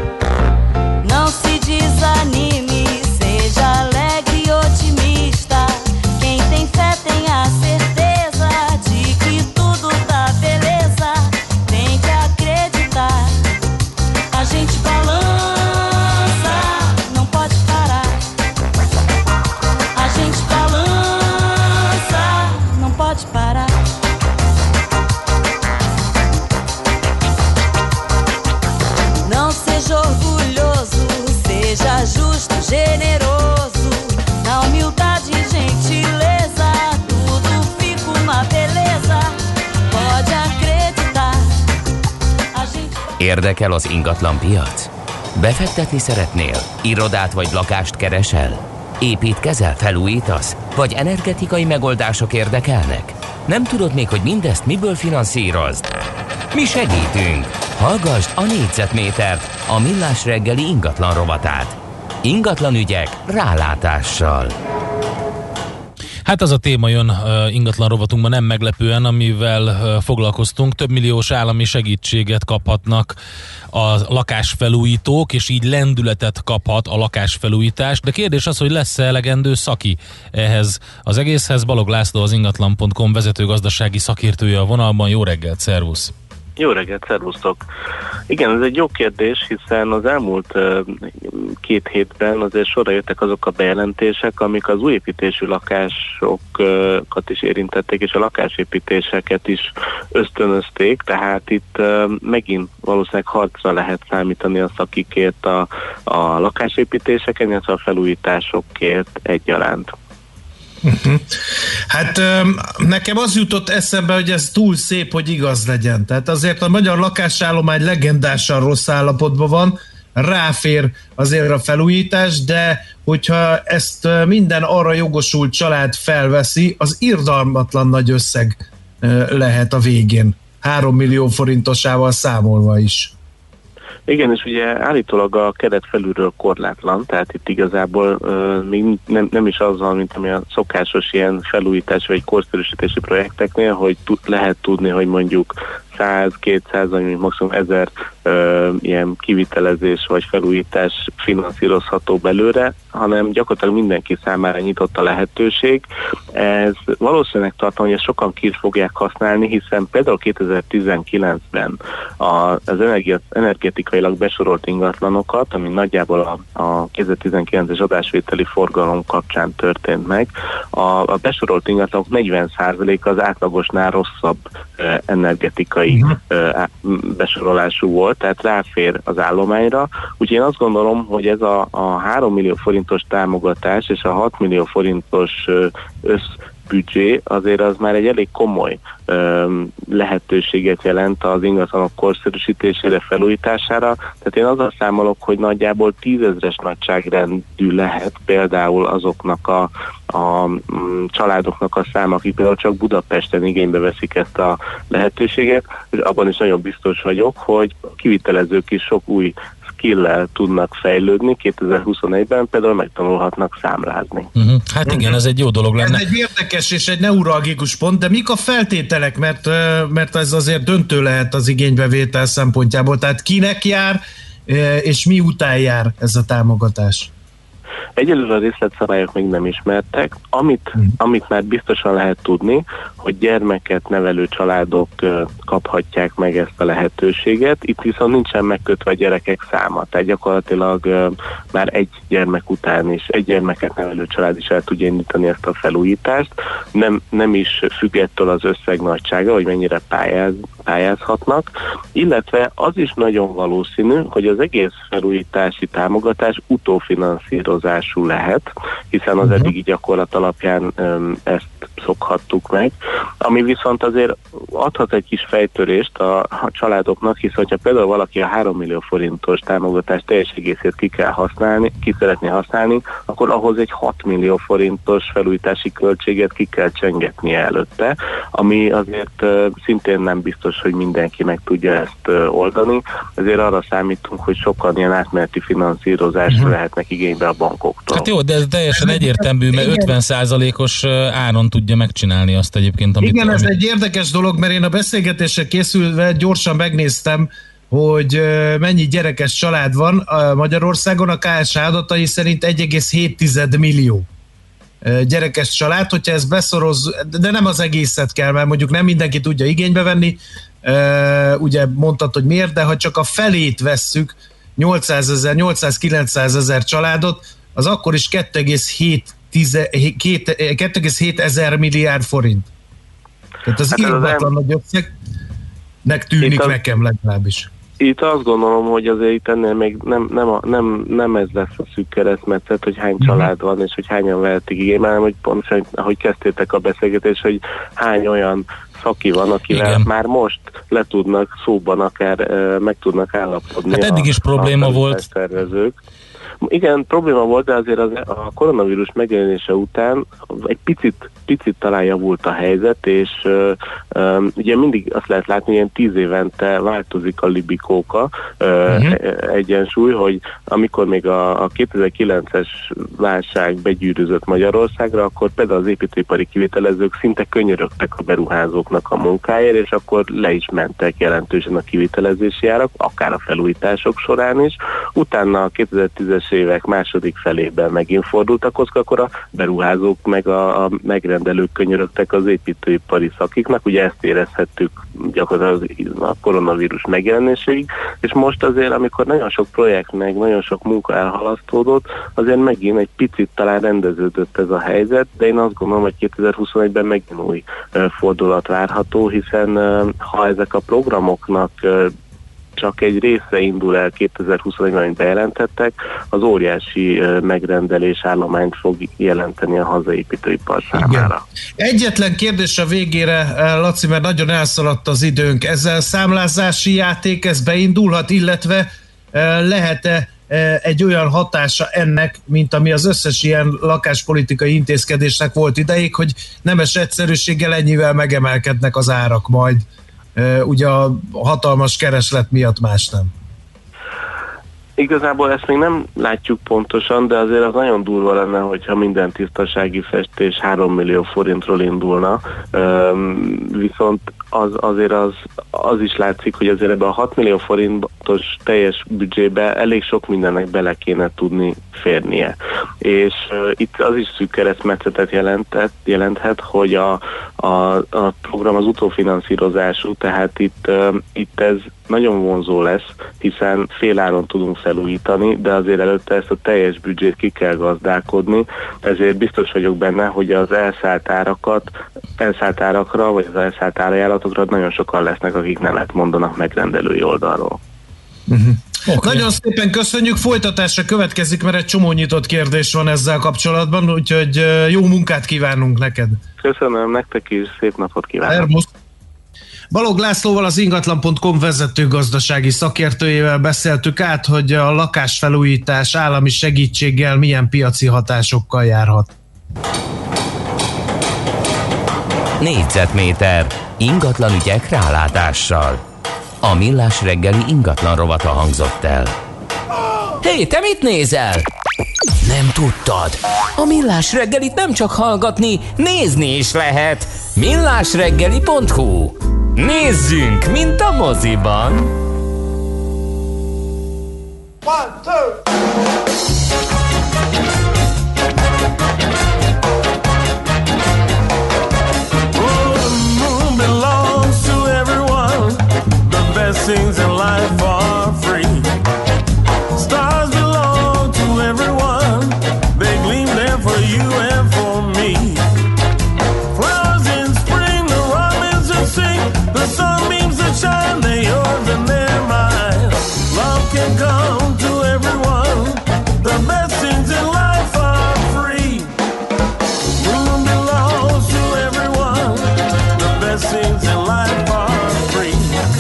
Não se desanime, seja alegre e otimista. Érdekel az ingatlan piac? Befektetni szeretnél? Irodát vagy lakást keresel? Építkezel, felújítasz? Vagy energetikai megoldások érdekelnek? Nem tudod még, hogy mindezt miből finanszírozd? Mi segítünk! Hallgasd a Négyzetmétert, a Millás reggeli ingatlan rovatát. Ingatlan ügyek rálátással. Hát az a téma jön ingatlan rovatunkban nem meglepően, amivel foglalkoztunk. Több milliós állami segítséget kaphatnak a lakásfelújítók, és így lendületet kaphat a lakásfelújítás. De kérdés az, hogy lesz-e elegendő szaki ehhez az egészhez. Balog László, az ingatlan.com vezető gazdasági szakértője a vonalban. Jó reggelt, szervusz! Jó reggelt, szervusztok! Igen, ez egy jó kérdés, hiszen az elmúlt 2 hétben azért sorra jöttek azok a bejelentések, amik az újépítésű lakásokat is érintették, és a lakásépítéseket is ösztönözték, tehát itt megint valószínűleg harcra lehet számítani a szakikért a lakásépítéseken, illetve a felújításokért egyaránt. Hát nekem az jutott eszembe, hogy ez túl szép, hogy igaz legyen. Tehát azért a magyar lakásállomány legendásan rossz állapotban van, ráfér azért a felújítás, de hogyha ezt minden arra jogosult család felveszi, az irgalmatlan nagy összeg lehet a végén. 3 millió forintosával számolva is. Igen, és ugye állítólag a keret felülről korlátlan, tehát itt igazából még nem is az van, mint ami a szokásos ilyen felújítás vagy korszerűsítési projekteknél, hogy lehet tudni, hogy mondjuk 100-200, vagy maximum 1000 ilyen kivitelezés vagy felújítás finanszírozható belőle, hanem gyakorlatilag mindenki számára nyitott a lehetőség. Ez valószínűleg tartom, hogy ezt sokan ki fogják használni, hiszen például 2019-ben az energetikailag besorolt ingatlanokat, ami nagyjából a 2019-es adásvételi forgalom kapcsán történt meg, a besorolt ingatlanok 40%-a az átlagosnál rosszabb energetikai besorolású volt, tehát ráfér az állományra. Úgyhogy én azt gondolom, hogy ez a 3 millió forintos támogatás és a 6 millió forintos összbüdzsé azért az már egy elég komoly lehetőséget jelent az ingatlanok korszerűsítésére, felújítására. Tehát én azzal számolok, hogy nagyjából 10 000-es nagyságrendű lehet például azoknak a családoknak a száma, akik például csak Budapesten igénybe veszik ezt a lehetőséget, és abban is nagyon biztos vagyok, hogy a kivitelezők is sok új skill-lel tudnak fejlődni, 2021-ben például megtanulhatnak számlázni. Hát igen, ez egy jó dolog lenne. Ez egy érdekes és egy neuralgikus pont, de mik a feltételek, mert ez azért döntő lehet az igénybevétel szempontjából, tehát kinek jár, és mi után jár ez a támogatás? Egyelőre a részletszabályok még nem ismertek. Amit már biztosan lehet tudni, hogy gyermeket nevelő családok kaphatják meg ezt a lehetőséget. Itt viszont nincsen megkötve a gyerekek száma. Tehát gyakorlatilag már egy gyermek után is, egy gyermeket nevelő család is el tudja indítani ezt a felújítást. Nem is függ ettől az összeg nagysága, hogy mennyire pályázhatnak. Illetve az is nagyon valószínű, hogy az egész felújítási támogatás utófinanszírozású lehet, hiszen az eddigi gyakorlat alapján ezt szokhattuk meg, ami viszont azért adhat egy kis fejtörést a családoknak, hiszen hogyha például valaki a 3 millió forintos támogatást teljes egészét ki szeretné használni, akkor ahhoz egy 6 millió forintos felújítási költséget ki kell csengetnie előtte, ami azért szintén nem biztos, hogy mindenki meg tudja ezt oldani, ezért arra számítunk, hogy sokan ilyen átmeneti finanszírozásra lehetnek igénybe a bankoktól. Hát jó, de ez teljesen egyértelmű, mert 50%-os áron tudja megcsinálni azt egyébként, amit... Igen, ez egy érdekes dolog, mert én a beszélgetésre készülve gyorsan megnéztem, hogy mennyi gyerekes család van Magyarországon, a KSH adatai szerint 1,7 millió gyerekes család, hogyha ez beszoroz, de nem az egészet kell, mert mondjuk nem mindenki tudja igénybe venni, ugye mondtad, hogy miért, de ha csak a felét vesszük, 800-900 ezer családot, az akkor is 2,7 ezer milliárd forint. Tehát az irdatlan nagy összegnek tűnik nekem legalábbis. Itt azt gondolom, hogy azért itt ennél még nem ez lesz a szűk keresztmetszet, hogy hány család van, és hogy hányan vehetik igénybe, hanem hogy pontosan, ahogy kezdtétek a beszélgetést, hogy hány olyan szaki van, akivel igen, már most le tudnak szóban akár meg tudnak állapodni. Hát eddig is probléma volt. Tervezők. Igen, probléma volt, de azért a koronavírus megjelenése után egy picit talán javult a helyzet, és ugye mindig azt lehet látni, hogy ilyen 10 évente változik a libikóka egyensúly, hogy amikor még a 2009-es válság begyűrűzött Magyarországra, akkor például az építőipari kivitelezők szinte könyörögtek a beruházóknak a munkáért, és akkor le is mentek jelentősen a kivitelezési árak, akár a felújítások során is. Utána a 2010-es évek második felében megint fordultak, akkor a beruházók meg a megrendelők könyörögtek az építőipari szakiknak, ugye ezt érezhettük gyakorlatilag a koronavírus megjelenéséig, és most azért, amikor nagyon sok projekt meg nagyon sok munka elhalasztódott, azért megint egy picit talán rendeződött ez a helyzet, de én azt gondolom, hogy 2021-ben megint új fordulat várható, hiszen ha ezek a programoknak csak egy része indul el 2021-ben, amit bejelentettek, az óriási megrendelés állományt fog jelenteni a hazai építőipar számára. Igen. Egyetlen kérdés a végére, Laci, mert nagyon elszaladt az időnk. Ezzel számlázási játék, ez beindulhat, illetve lehet-e egy olyan hatása ennek, mint ami az összes ilyen lakáspolitikai intézkedésnek volt ideig, hogy nemes egyszerűséggel ennyivel megemelkednek az árak majd, ugye a hatalmas kereslet miatt, más nem. Igazából ezt még nem látjuk pontosan, de azért az nagyon durva lenne, hogyha minden tisztasági festés 3 millió forintról indulna, viszont azért az is látszik, hogy azért ebben a 6 millió forintos teljes büdzsébe elég sok mindennek bele kéne tudni férnie. És itt az is szűk keresztmetszetet jelenthet, hogy a program az utófinanszírozású, tehát itt ez nagyon vonzó lesz, hiszen féláron tudunk felújítani, de azért előtte ezt a teljes büdzsét ki kell gazdálkodni, ezért biztos vagyok benne, hogy az elszállt árakra, vagy az elszállt árajánlatokra nagyon sokan lesznek, akik nemet mondanak megrendelői oldalról. Okay. Nagyon szépen köszönjük, folytatásra következik, mert egy csomó nyitott kérdés van ezzel kapcsolatban, úgyhogy jó munkát kívánunk neked. Köszönöm, nektek is, szép napot kívánok. Szervusz. Balog Lászlóval, az ingatlan.com vezető gazdasági szakértőjével beszéltük át, hogy a lakásfelújítás állami segítséggel milyen piaci hatásokkal járhat. Négyzetméter ingatlan ügyek rálátással. A Millás reggeli ingatlan rovata hangzott el. Hé, te mit nézel? Nem tudtad? A Millás reggelit nem csak hallgatni, nézni is lehet. millásreggeli.hu. Nézzünk, mint a moziban. 1, 2. Things in life are free. Stars belong to everyone. They gleam there for you and for me. Flowers in spring, the robins sing. The sunbeams that shine, they're yours and they're mine. Love can come to everyone. The best things in life are free. Moon belongs to everyone. The best things in life are free.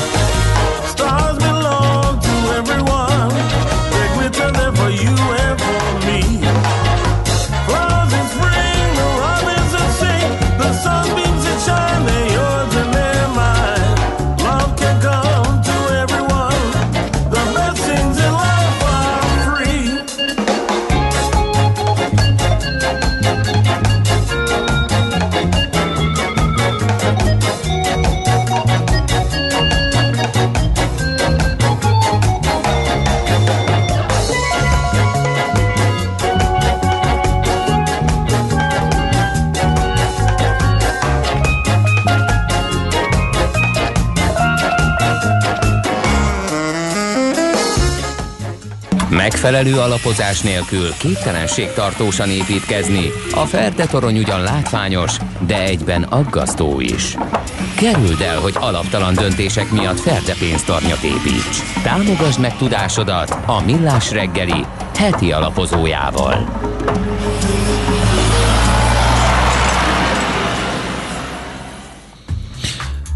Megfelelő alapozás nélkül képtelenség tartósan építkezni. A Ferde torony ugyan látványos, de egyben aggasztó is. Kerüld el, hogy alaptalan döntések miatt Ferde pénztarnyat építs. Támogasd meg tudásodat a Millás reggeli heti alapozójával.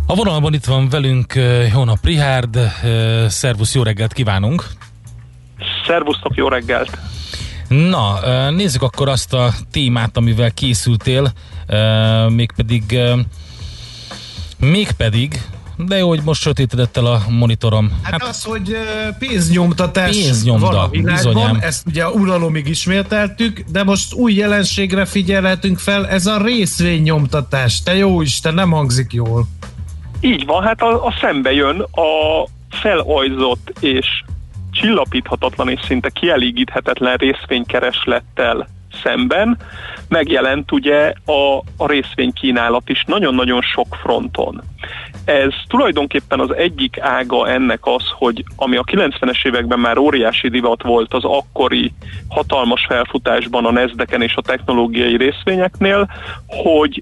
A vonalban itt van velünk jó nap, Richárd, szervusz, jó reggelt kívánunk! Szervusztok, jó reggelt! Na, nézzük akkor azt a témát, amivel készültél, mégpedig, de jó, hogy most sötétedett el a monitorom. Hát az, hogy pénznyomtatás pénznyomda, van a világban, bizonyám. Ezt ugye uralomig ismételtük, de most új jelenségre figyelhetünk fel, ez a részvénynyomtatás. Te jó Isten, nem hangzik jól. Így van, hát a szembe jön a felajzott és csillapíthatatlan és szinte kielégíthetetlen részvénykereslettel szemben megjelent ugye a részvénykínálat is nagyon-nagyon sok fronton. Ez tulajdonképpen az egyik ága ennek az, hogy ami a 90-es években már óriási divat volt az akkori hatalmas felfutásban a Nasdaqen és a technológiai részvényeknél, hogy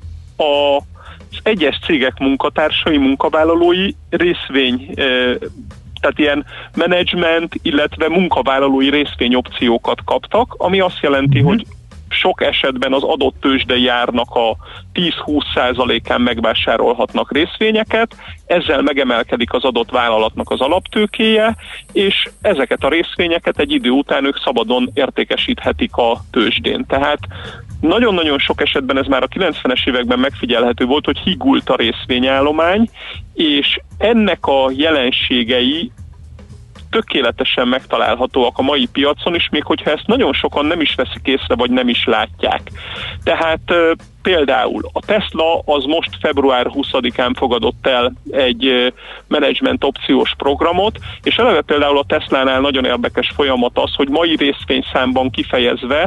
az egyes cégek munkatársai, munkavállalói részvény, tehát ilyen menedzsment, illetve munkavállalói részvényopciókat kaptak, ami azt jelenti, hogy sok esetben az adott tőzsdei árnak a 10-20%-án megvásárolhatnak részvényeket, ezzel megemelkedik az adott vállalatnak az alaptőkéje, és ezeket a részvényeket egy idő után ők szabadon értékesíthetik a tőzsdén. Tehát nagyon-nagyon sok esetben ez már a 90-es években megfigyelhető volt, hogy higult a részvényállomány, és ennek a jelenségei tökéletesen megtalálhatóak a mai piacon is, még hogyha ezt nagyon sokan nem is veszik észre, vagy nem is látják. Tehát például a Tesla az most február 20-án fogadott el egy menedzsment opciós programot, és eleve például a Teslánál nagyon érdekes folyamat az, hogy mai részvényszámban kifejezve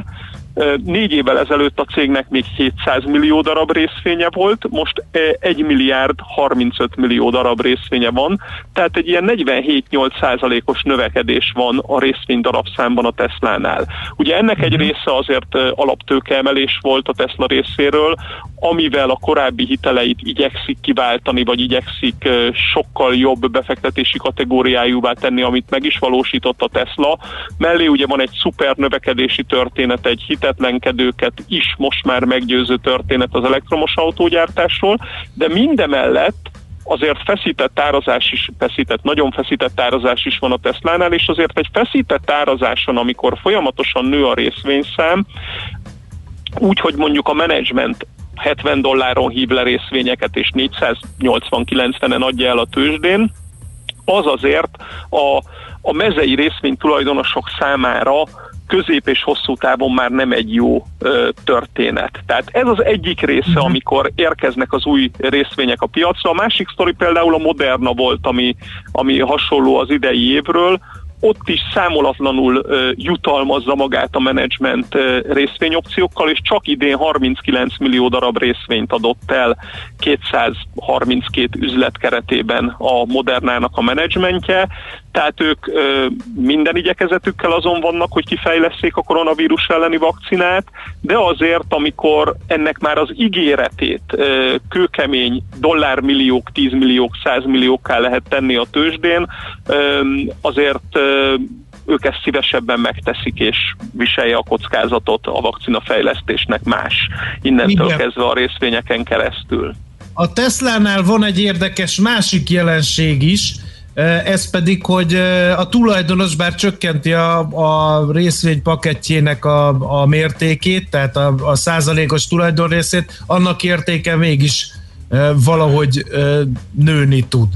4 évvel ezelőtt a cégnek még 700 millió darab részvénye volt, most 1 milliárd 35 millió darab részvénye van, tehát egy ilyen 47-8%-os növekedés van a részvény darabszámban a Teslánál. Ugye ennek egy része azért alaptőkeemelés volt a Tesla részéről, amivel a korábbi hiteleit igyekszik kiváltani, vagy igyekszik sokkal jobb befektetési kategóriájúvá tenni, amit meg is valósított a Tesla. Mellé ugye van egy szuper növekedési történet, egy hitetlenkedőket is most már meggyőző történet az elektromos autógyártásról, de mindemellett azért nagyon feszített árazás is van a Teslánál, és azért egy feszített árazáson, amikor folyamatosan nő a részvényszám, úgy, hogy mondjuk a menedzsment $70 hív le részvényeket, és 480-90-en adja el a tőzsdén, az azért a mezei részvénytulajdonosok számára közép és hosszú távon már nem egy jó történet. Tehát ez az egyik része, amikor érkeznek az új részvények a piacra. A másik sztori például a Moderna volt, ami hasonló az idei évről. Ott is számolatlanul jutalmazza magát a menedzsment részvényopciókkal, és csak idén 39 millió darab részvényt adott el 232 üzlet keretében a Modernának a menedzsmentje. Tehát ők minden igyekezetükkel azon vannak, hogy kifejlesszék a koronavírus elleni vakcinát, de azért, amikor ennek már az ígéretét kőkemény dollármilliók, 10 milliók, 100 milliókká lehet tenni a tőzsdén, azért ők ezt szívesebben megteszik, és viselje a kockázatot a vakcinafejlesztésnek más. Innentől kezdve a részvényeken keresztül. A Teslánál van egy érdekes másik jelenség is, ez pedig, hogy a tulajdonos bár csökkenti a részvény pakettjének a mértékét, tehát a százalékos tulajdonrészét, annak értéke mégis valahogy nőni tud.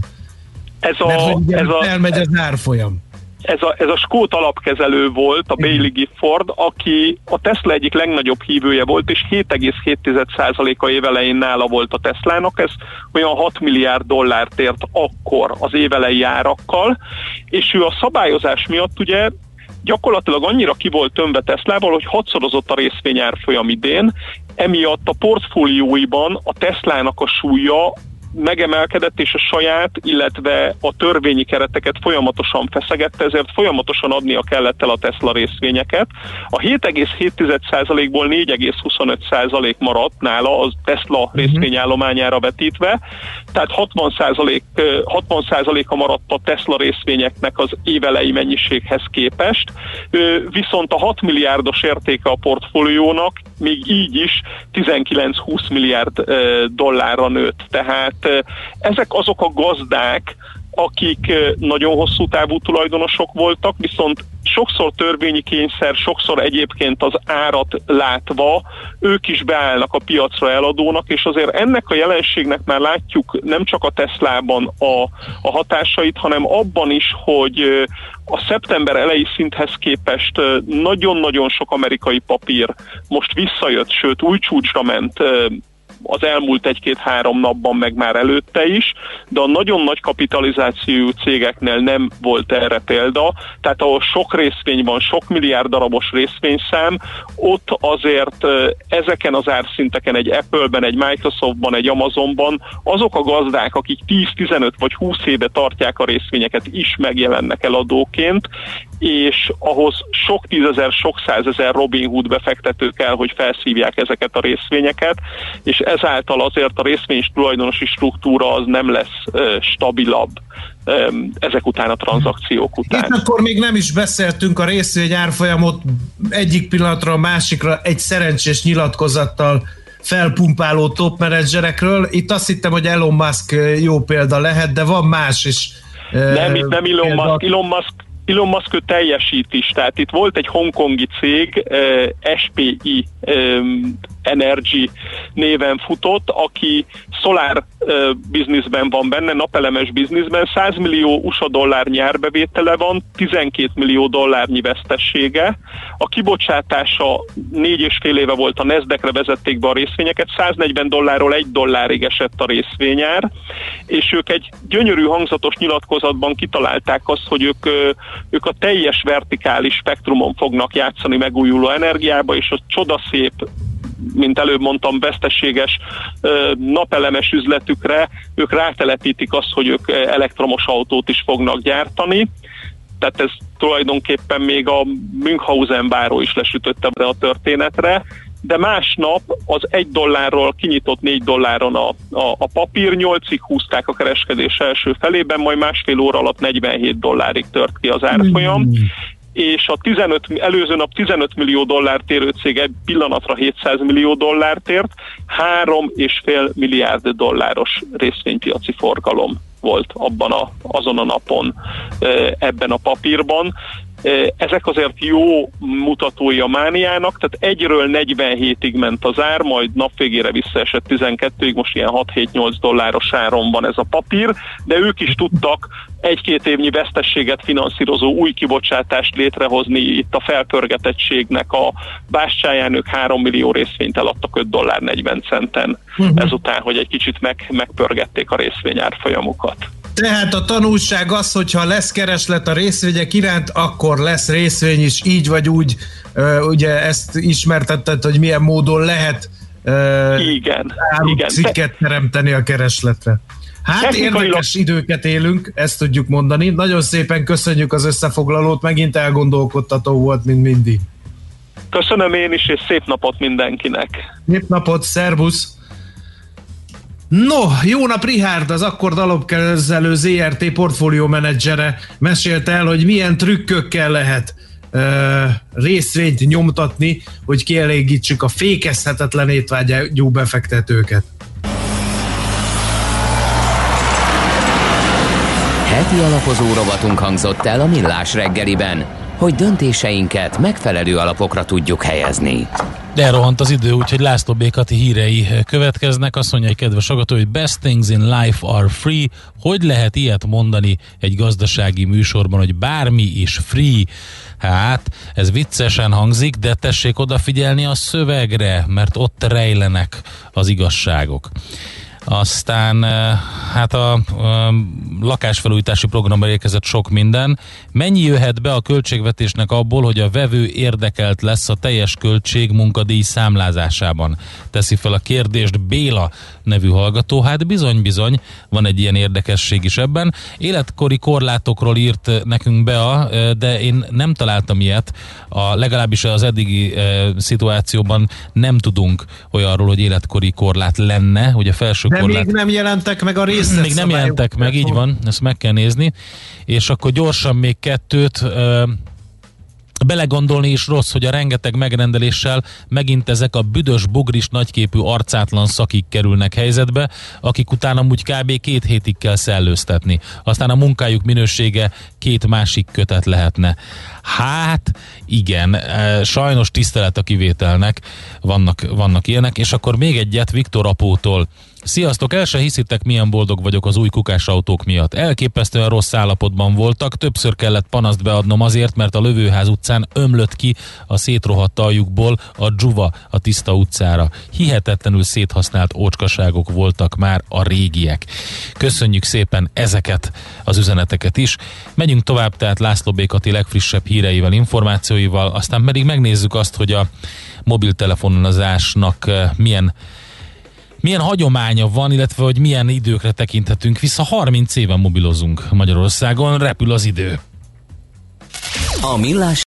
Elmegy az árfolyam. Ez a skót alapkezelő volt, a Bailey Gifford, aki a Tesla egyik legnagyobb hívője volt, és 7,7%-a évelején nála volt a Teslának, ez olyan $6 milliárd ért akkor az évelei árakkal, és ő a szabályozás miatt ugye gyakorlatilag annyira ki volt tömve Teslával, hogy 6-szorozott a részvényárfolyam idén, emiatt a portfólióiban a Teslának a súlya megemelkedett, és a saját, illetve a törvényi kereteket folyamatosan feszegette, ezért folyamatosan adnia kellett el a Tesla részvényeket. A 7,7%-ból 4,25% maradt nála az Tesla részvényállományára vetítve, tehát 60%-a maradt a Tesla részvényeknek az évelei mennyiséghez képest, viszont a 6 milliárdos értéke a portfóliónak még így is 19-20 milliárd dollárra nőtt. Tehát ezek azok a gazdák, akik nagyon hosszú távú tulajdonosok voltak, viszont sokszor törvényi kényszer, sokszor egyébként az árat látva ők is beállnak a piacra eladónak, és azért ennek a jelenségnek már látjuk nem csak a Teslában a hatásait, hanem abban is, hogy a szeptember elejé szinthez képest nagyon-nagyon sok amerikai papír most visszajött, sőt új csúcsra ment az elmúlt 1-2-3 napban, meg már előtte is, de a nagyon nagy kapitalizációjú cégeknél nem volt erre példa, tehát ahol sok részvény van, sok milliárd darabos részvényszám, ott azért ezeken az árszinteken, egy Apple-ben, egy Microsoftban, egy Amazonban azok a gazdák, akik 10-15 vagy 20 éve tartják a részvényeket, is megjelennek eladóként, és ahhoz sok tízezer, sok százezer Robin Hood befektető kell, hogy felszívják ezeket a részvényeket, és ezáltal azért a részvény tulajdonosi struktúra az nem lesz stabilabb ezek után a tranzakciók után. Itt akkor még nem is beszéltünk a részvény árfolyamot egyik pillanatra a másikra egy szerencsés nyilatkozattal felpumpáló top menedzserekről. Itt azt hittem, hogy Elon Musk jó példa lehet, de van más is. Nem Elon Musk ő teljesít is, tehát itt volt egy hongkongi cég, SPI Energy néven futott, aki szolár bizniszben van benne, napelemes bizniszben, 100 millió USA dollárnyi árbevétele van, 12 millió dollárnyi vesztessége. A kibocsátása 4,5 éve volt, a Nasdaqre vezették be a részvényeket, 140 dollárról $1 esett a részvényár, és ők egy gyönyörű hangzatos nyilatkozatban kitalálták azt, hogy ők a teljes vertikális spektrumon fognak játszani megújuló energiába, és a csodaszép, mint előbb mondtam, veszteséges napelemes üzletükre ők rátelepítik azt, hogy ők elektromos autót is fognak gyártani. Tehát ez tulajdonképpen még a Münchhausen báró is lesütötte a történetre, de másnap az $1 kinyitott $4 a papír, 8-ig húzták a kereskedés első felében, majd másfél óra alatt $47 tört ki az árfolyam, és a előző nap 15 millió dollárt érő cég egy pillanatra 700 millió dollárt ért, 3,5 milliárd dolláros részvénypiaci forgalom volt azon a napon ebben a papírban. Ezek azért jó mutatói a mániának, tehát 1-ről 47-ig ment az ár, majd napvégére visszaesett 12-ig, most ilyen 6-7-8 dolláros áron van ez a papír, de ők is tudtak 1-2 évnyi vesztességet finanszírozó új kibocsátást létrehozni itt a felpörgetettségnek a bástyáján, ők 3 millió részvényt eladtak $5.40, ezután, hogy egy kicsit megpörgették a részvényárfolyamukat. Tehát a tanulság az, hogyha lesz kereslet a részvények iránt, akkor lesz részvény is, így vagy úgy. Ugye ezt ismertetted, hogy milyen módon lehet cikket teremteni a keresletre. Hát érdekes időket élünk, ezt tudjuk mondani. Nagyon szépen köszönjük az összefoglalót, megint elgondolkodtató volt, mint mindig. Köszönöm én is, és szép napot mindenkinek. Szép napot, szervusz! No, jó nap, Richárd, az Akkord alapkezelő ZRT portfólió menedzsere mesélt el, hogy milyen trükkökkel lehet részvényt nyomtatni, hogy kielégítsük a fékezhetetlen étvágyú befektetőket. Heti alapozó rovatunk hangzott el a Millás reggeliben, hogy döntéseinket megfelelő alapokra tudjuk helyezni. De elrohant az idő, úgyhogy László B. Kati hírei következnek. Azt mondja egy kedves hallgató, hogy best things in life are free. Hogy lehet ilyet mondani egy gazdasági műsorban, hogy bármi is free? Hát, ez viccesen hangzik, de tessék odafigyelni a szövegre, mert ott rejlenek az igazságok. Aztán hát a lakásfelújítási programban érkezett sok minden. Mennyi jöhet be a költségvetésnek abból, hogy a vevő érdekelt lesz a teljes költség munkadíj számlázásában? Teszi fel a kérdést Béla nevű hallgató. Hát bizony, van egy ilyen érdekesség is ebben. Életkori korlátokról írt nekünk Bea, de én nem találtam ilyet. Legalábbis az eddigi szituációban nem tudunk olyanról, hogy életkori korlát lenne, hogy a felső de korlát... még nem jelentek meg a részletszabályok. Még nem jelentek meg, így van, ezt meg kell nézni. És akkor gyorsan még kettőt. belegondolni is rossz, hogy a rengeteg megrendeléssel megint ezek a büdös, bugris, nagyképű, arcátlan szakik kerülnek helyzetbe, akik utána úgy kb. 2 hétig kell szellőztetni. Aztán a munkájuk minősége 2 másik kötet lehetne. Hát igen, sajnos tisztelet a kivételnek, vannak ilyenek, és akkor még egyet Viktor apótól. Sziasztok, el se hiszitek, milyen boldog vagyok az új kukásautók miatt. Elképesztően rossz állapotban voltak, többször kellett panaszt beadnom azért, mert a Lövőház utcán ömlött ki a szétrohadt aljukból a dzsuva a tiszta utcára. Hihetetlenül széthasznált ócskaságok voltak már a régiek. Köszönjük szépen ezeket az üzeneteket is. Megyünk tovább, tehát László B. Kati legfrissebb híreivel, információival, aztán pedig megnézzük azt, hogy a mobiltelefonozásnak milyen hagyománya van, illetve hogy milyen időkre tekinthetünk vissza. 30 éven mobilozunk Magyarországon, repül az idő. A Millás